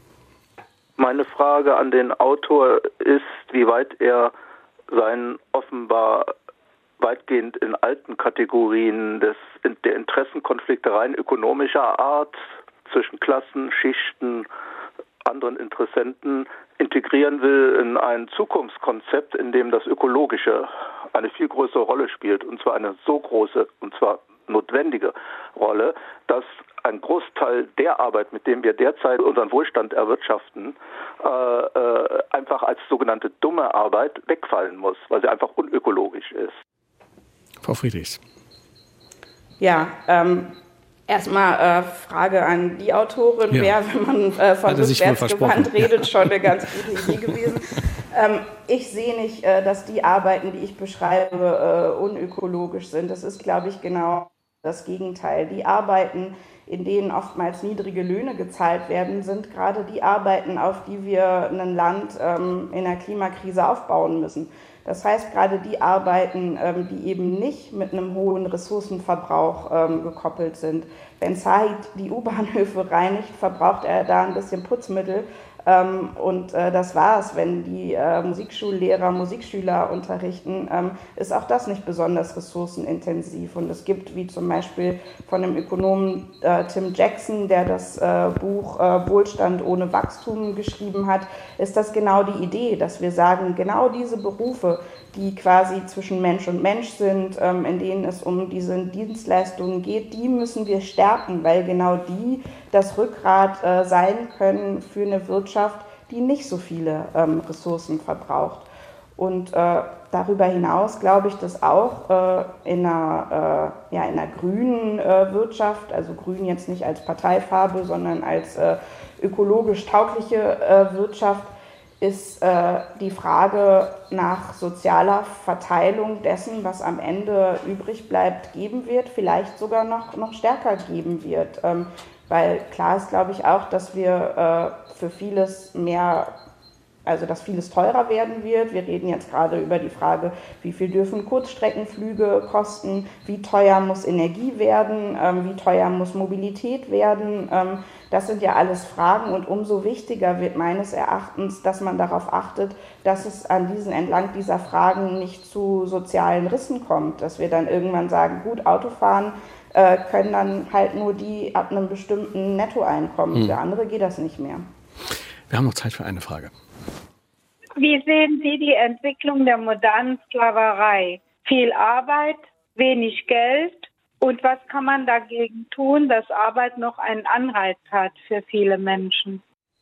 Meine Frage an den Autor ist, wie weit er sein offenbar weitgehend in alten Kategorien der Interessenkonflikte rein ökonomischer Art zwischen Klassen, Schichten, anderen Interessenten integrieren will in ein Zukunftskonzept, in dem das Ökologische eine viel größere Rolle spielt, und zwar eine so große, und zwar notwendige Rolle, dass ein Großteil der Arbeit, mit dem wir derzeit unseren Wohlstand erwirtschaften, einfach als sogenannte dumme Arbeit wegfallen muss, weil sie einfach unökologisch ist. Frau Friedrichs. Ja, erstmal Frage an die Autorin, wäre, wenn man von rückwärtsgewandt redet, schon eine ganz gute Idee gewesen. Ich sehe nicht, dass die Arbeiten, die ich beschreibe, unökologisch sind. Das ist, glaube ich, genau das Gegenteil. Die Arbeiten, in denen oftmals niedrige Löhne gezahlt werden, sind gerade die Arbeiten, auf die wir ein Land in der Klimakrise aufbauen müssen. Das heißt, gerade die Arbeiten, die eben nicht mit einem hohen Ressourcenverbrauch gekoppelt sind, wenn Said die U-Bahnhöfe reinigt, verbraucht er da ein bisschen Putzmittel. Und das war's. Wenn die Musikschullehrer Musikschüler unterrichten, ist auch das nicht besonders ressourcenintensiv. Und es gibt, wie zum Beispiel von dem Ökonomen Tim Jackson, der das Buch Wohlstand ohne Wachstum geschrieben hat, ist das genau die Idee, dass wir sagen, genau diese Berufe, die quasi zwischen Mensch und Mensch sind, in denen es um diese Dienstleistungen geht, die müssen wir stärken, weil genau die das Rückgrat sein können für eine Wirtschaft, die nicht so viele Ressourcen verbraucht. Und darüber hinaus glaube ich, dass auch in einer grünen Wirtschaft, also grün jetzt nicht als Parteifarbe, sondern als ökologisch taugliche Wirtschaft, ist die Frage nach sozialer Verteilung dessen, was am Ende übrig bleibt, geben wird, vielleicht sogar noch stärker geben wird. Weil klar ist, glaube ich, auch, dass wir für vieles dass vieles teurer werden wird. Wir reden jetzt gerade über die Frage, wie viel dürfen Kurzstreckenflüge kosten, wie teuer muss Energie werden, wie teuer muss Mobilität werden. Das sind ja alles Fragen und umso wichtiger wird meines Erachtens, dass man darauf achtet, dass es entlang dieser Fragen nicht zu sozialen Rissen kommt, dass wir dann irgendwann sagen, gut, Autofahren können dann halt nur die ab einem bestimmten Nettoeinkommen. Für andere geht das nicht mehr. Wir haben noch Zeit für eine Frage. Wie sehen Sie die Entwicklung der modernen Sklaverei? Viel Arbeit, wenig Geld. Und was kann man dagegen tun, dass Arbeit noch einen Anreiz hat für viele Menschen?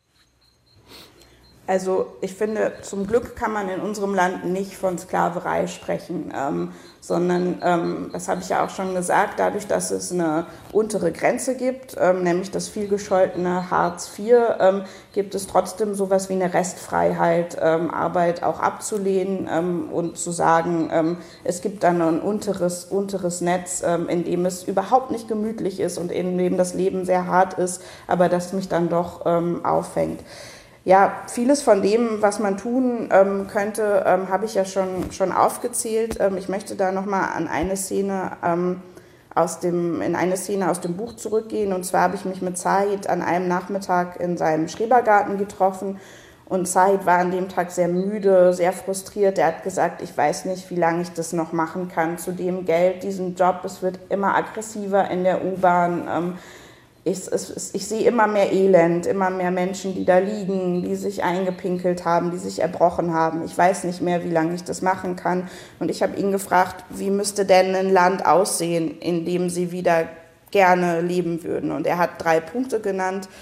Also ich finde, zum Glück kann man in unserem Land nicht von Sklaverei sprechen, sondern, das habe ich ja auch schon gesagt, dadurch, dass es eine untere Grenze gibt, nämlich das vielgescholtene Hartz IV, gibt es trotzdem sowas wie eine Restfreiheit, Arbeit auch abzulehnen und zu sagen, es gibt dann ein unteres Netz, in dem es überhaupt nicht gemütlich ist und in dem das Leben sehr hart ist, aber das mich dann doch auffängt. Ja, vieles von dem, was man tun könnte, habe ich ja schon aufgezählt. Ich möchte da nochmal an eine Szene aus dem Buch zurückgehen. Und zwar habe ich mich mit Said an einem Nachmittag in seinem Schrebergarten getroffen. Und Said war an dem Tag sehr müde, sehr frustriert. Er hat gesagt, ich weiß nicht, wie lange ich das noch machen kann. Zu dem Geld, diesen Job, es wird immer aggressiver in der U-Bahn. Ich sehe immer mehr Elend, immer mehr Menschen, die da liegen, die sich eingepinkelt haben, die sich erbrochen haben. Ich weiß nicht mehr, wie lange ich das machen kann. Und ich habe ihn gefragt, wie müsste denn ein Land aussehen, in dem sie wieder gerne leben würden. Und er hat 3 Punkte genannt,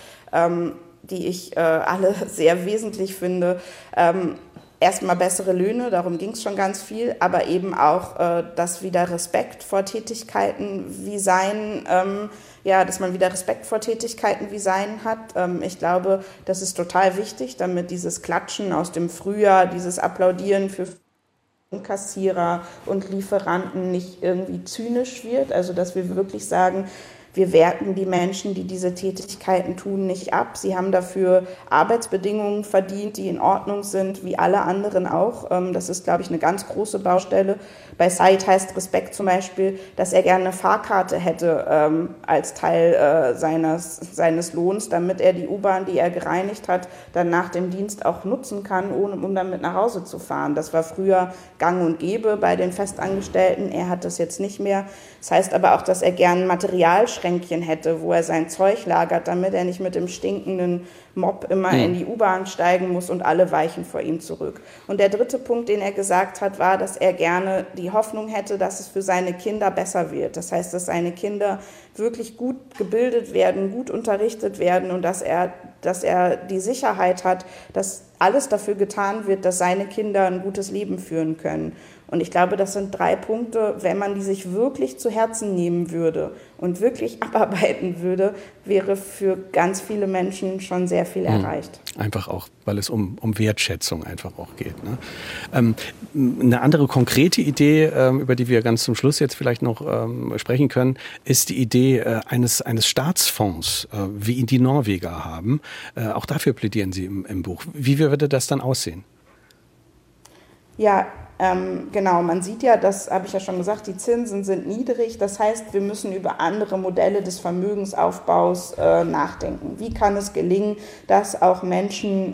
die ich alle sehr wesentlich finde. Erstmal bessere Löhne, darum ging es schon ganz viel, aber eben auch, dass wieder Respekt vor Tätigkeiten wie Sein, dass man wieder Respekt vor Tätigkeiten wie Sein hat. Ich glaube, das ist total wichtig, damit dieses Klatschen aus dem Frühjahr, dieses Applaudieren für Kassierer und Lieferanten nicht irgendwie zynisch wird. Also, dass wir wirklich sagen, wir werten die Menschen, die diese Tätigkeiten tun, nicht ab. Sie haben dafür Arbeitsbedingungen verdient, die in Ordnung sind, wie alle anderen auch. Das ist, glaube ich, eine ganz große Baustelle. Bei Said heißt Respekt zum Beispiel, dass er gerne eine Fahrkarte hätte als Teil seines Lohns, damit er die U-Bahn, die er gereinigt hat, dann nach dem Dienst auch nutzen kann, um damit nach Hause zu fahren. Das war früher gang und gäbe bei den Festangestellten. Er hat das jetzt nicht mehr. Das heißt aber auch, dass er gerne ein Materialschränkchen hätte, wo er sein Zeug lagert, damit er nicht mit dem stinkenden Mob immer in die U-Bahn steigen muss und alle weichen vor ihm zurück. Und der 3. Punkt, den er gesagt hat, war, dass er gerne die Hoffnung hätte, dass es für seine Kinder besser wird. Das heißt, dass seine Kinder wirklich gut gebildet werden, gut unterrichtet werden und dass er die Sicherheit hat, dass alles dafür getan wird, dass seine Kinder ein gutes Leben führen können. Und ich glaube, das sind 3 Punkte, wenn man die sich wirklich zu Herzen nehmen würde und wirklich abarbeiten würde, wäre für ganz viele Menschen schon sehr viel erreicht. Einfach auch, weil es um Wertschätzung einfach auch geht. Ne? Eine andere konkrete Idee, über die wir ganz zum Schluss jetzt vielleicht noch sprechen können, ist die Idee eines Staatsfonds, wie ihn die Norweger haben. Auch dafür plädieren Sie im Buch. Wie würde das dann aussehen? Ja, Genau, man sieht ja, das habe ich ja schon gesagt, die Zinsen sind niedrig. Das heißt, wir müssen über andere Modelle des Vermögensaufbaus nachdenken. Wie kann es gelingen, dass auch Menschen,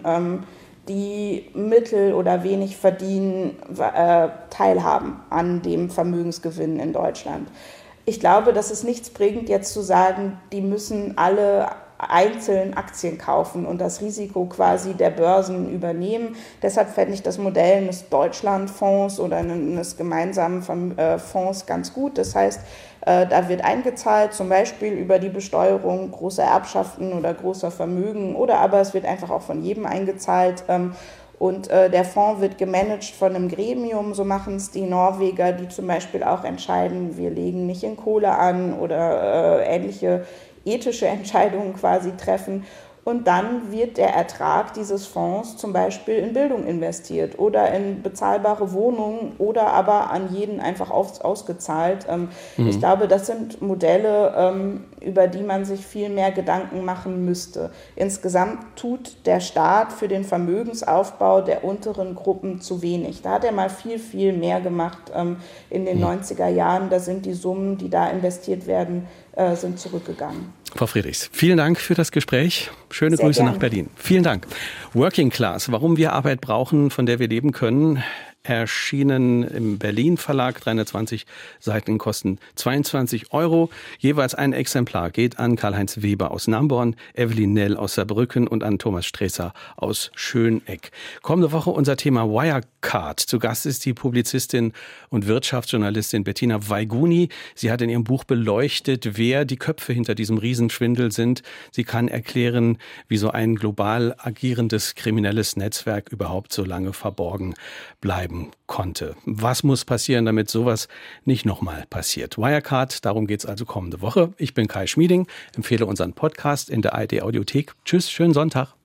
die mittel oder wenig verdienen, teilhaben an dem Vermögensgewinn in Deutschland? Ich glaube, dass es nichts bringt, jetzt zu sagen, die müssen alle einzeln Aktien kaufen und das Risiko quasi der Börsen übernehmen. Deshalb fände ich das Modell eines Deutschlandfonds oder eines gemeinsamen Fonds ganz gut. Das heißt, da wird eingezahlt, zum Beispiel über die Besteuerung großer Erbschaften oder großer Vermögen, oder aber es wird einfach auch von jedem eingezahlt. Und der Fonds wird gemanagt von einem Gremium, so machen es die Norweger, die zum Beispiel auch entscheiden, wir legen nicht in Kohle an oder ähnliche ethische Entscheidungen quasi treffen. Und dann wird der Ertrag dieses Fonds zum Beispiel in Bildung investiert oder in bezahlbare Wohnungen oder aber an jeden einfach ausgezahlt. Ich glaube, das sind Modelle, über die man sich viel mehr Gedanken machen müsste. Insgesamt tut der Staat für den Vermögensaufbau der unteren Gruppen zu wenig. Da hat er mal viel, viel mehr gemacht in den 90er Jahren. Da sind die Summen, die da investiert werden, sind zurückgegangen. Frau Friedrichs, vielen Dank für das Gespräch. Schöne Grüße nach Berlin. Vielen Dank. Working Class, warum wir Arbeit brauchen, von der wir leben können, erschienen im Berlin Verlag, 320 Seiten, kosten 22 €. Jeweils ein Exemplar geht an Karl-Heinz Weber aus Namborn, Evelyn Nell aus Saarbrücken und an Thomas Stresser aus Schöneck. Kommende Woche unser Thema Wirecard. Zu Gast ist die Publizistin und Wirtschaftsjournalistin Bettina Weiguni. Sie hat in ihrem Buch beleuchtet, wer die Köpfe hinter diesem Riesenschwindel sind. Sie kann erklären, wie so ein global agierendes kriminelles Netzwerk überhaupt so lange verborgen bleiben konnte. Was muss passieren, damit sowas nicht nochmal passiert? Wirecard, darum geht's also kommende Woche. Ich bin Kai Schmieding, empfehle unseren Podcast in der ARD Audiothek. Tschüss, schönen Sonntag.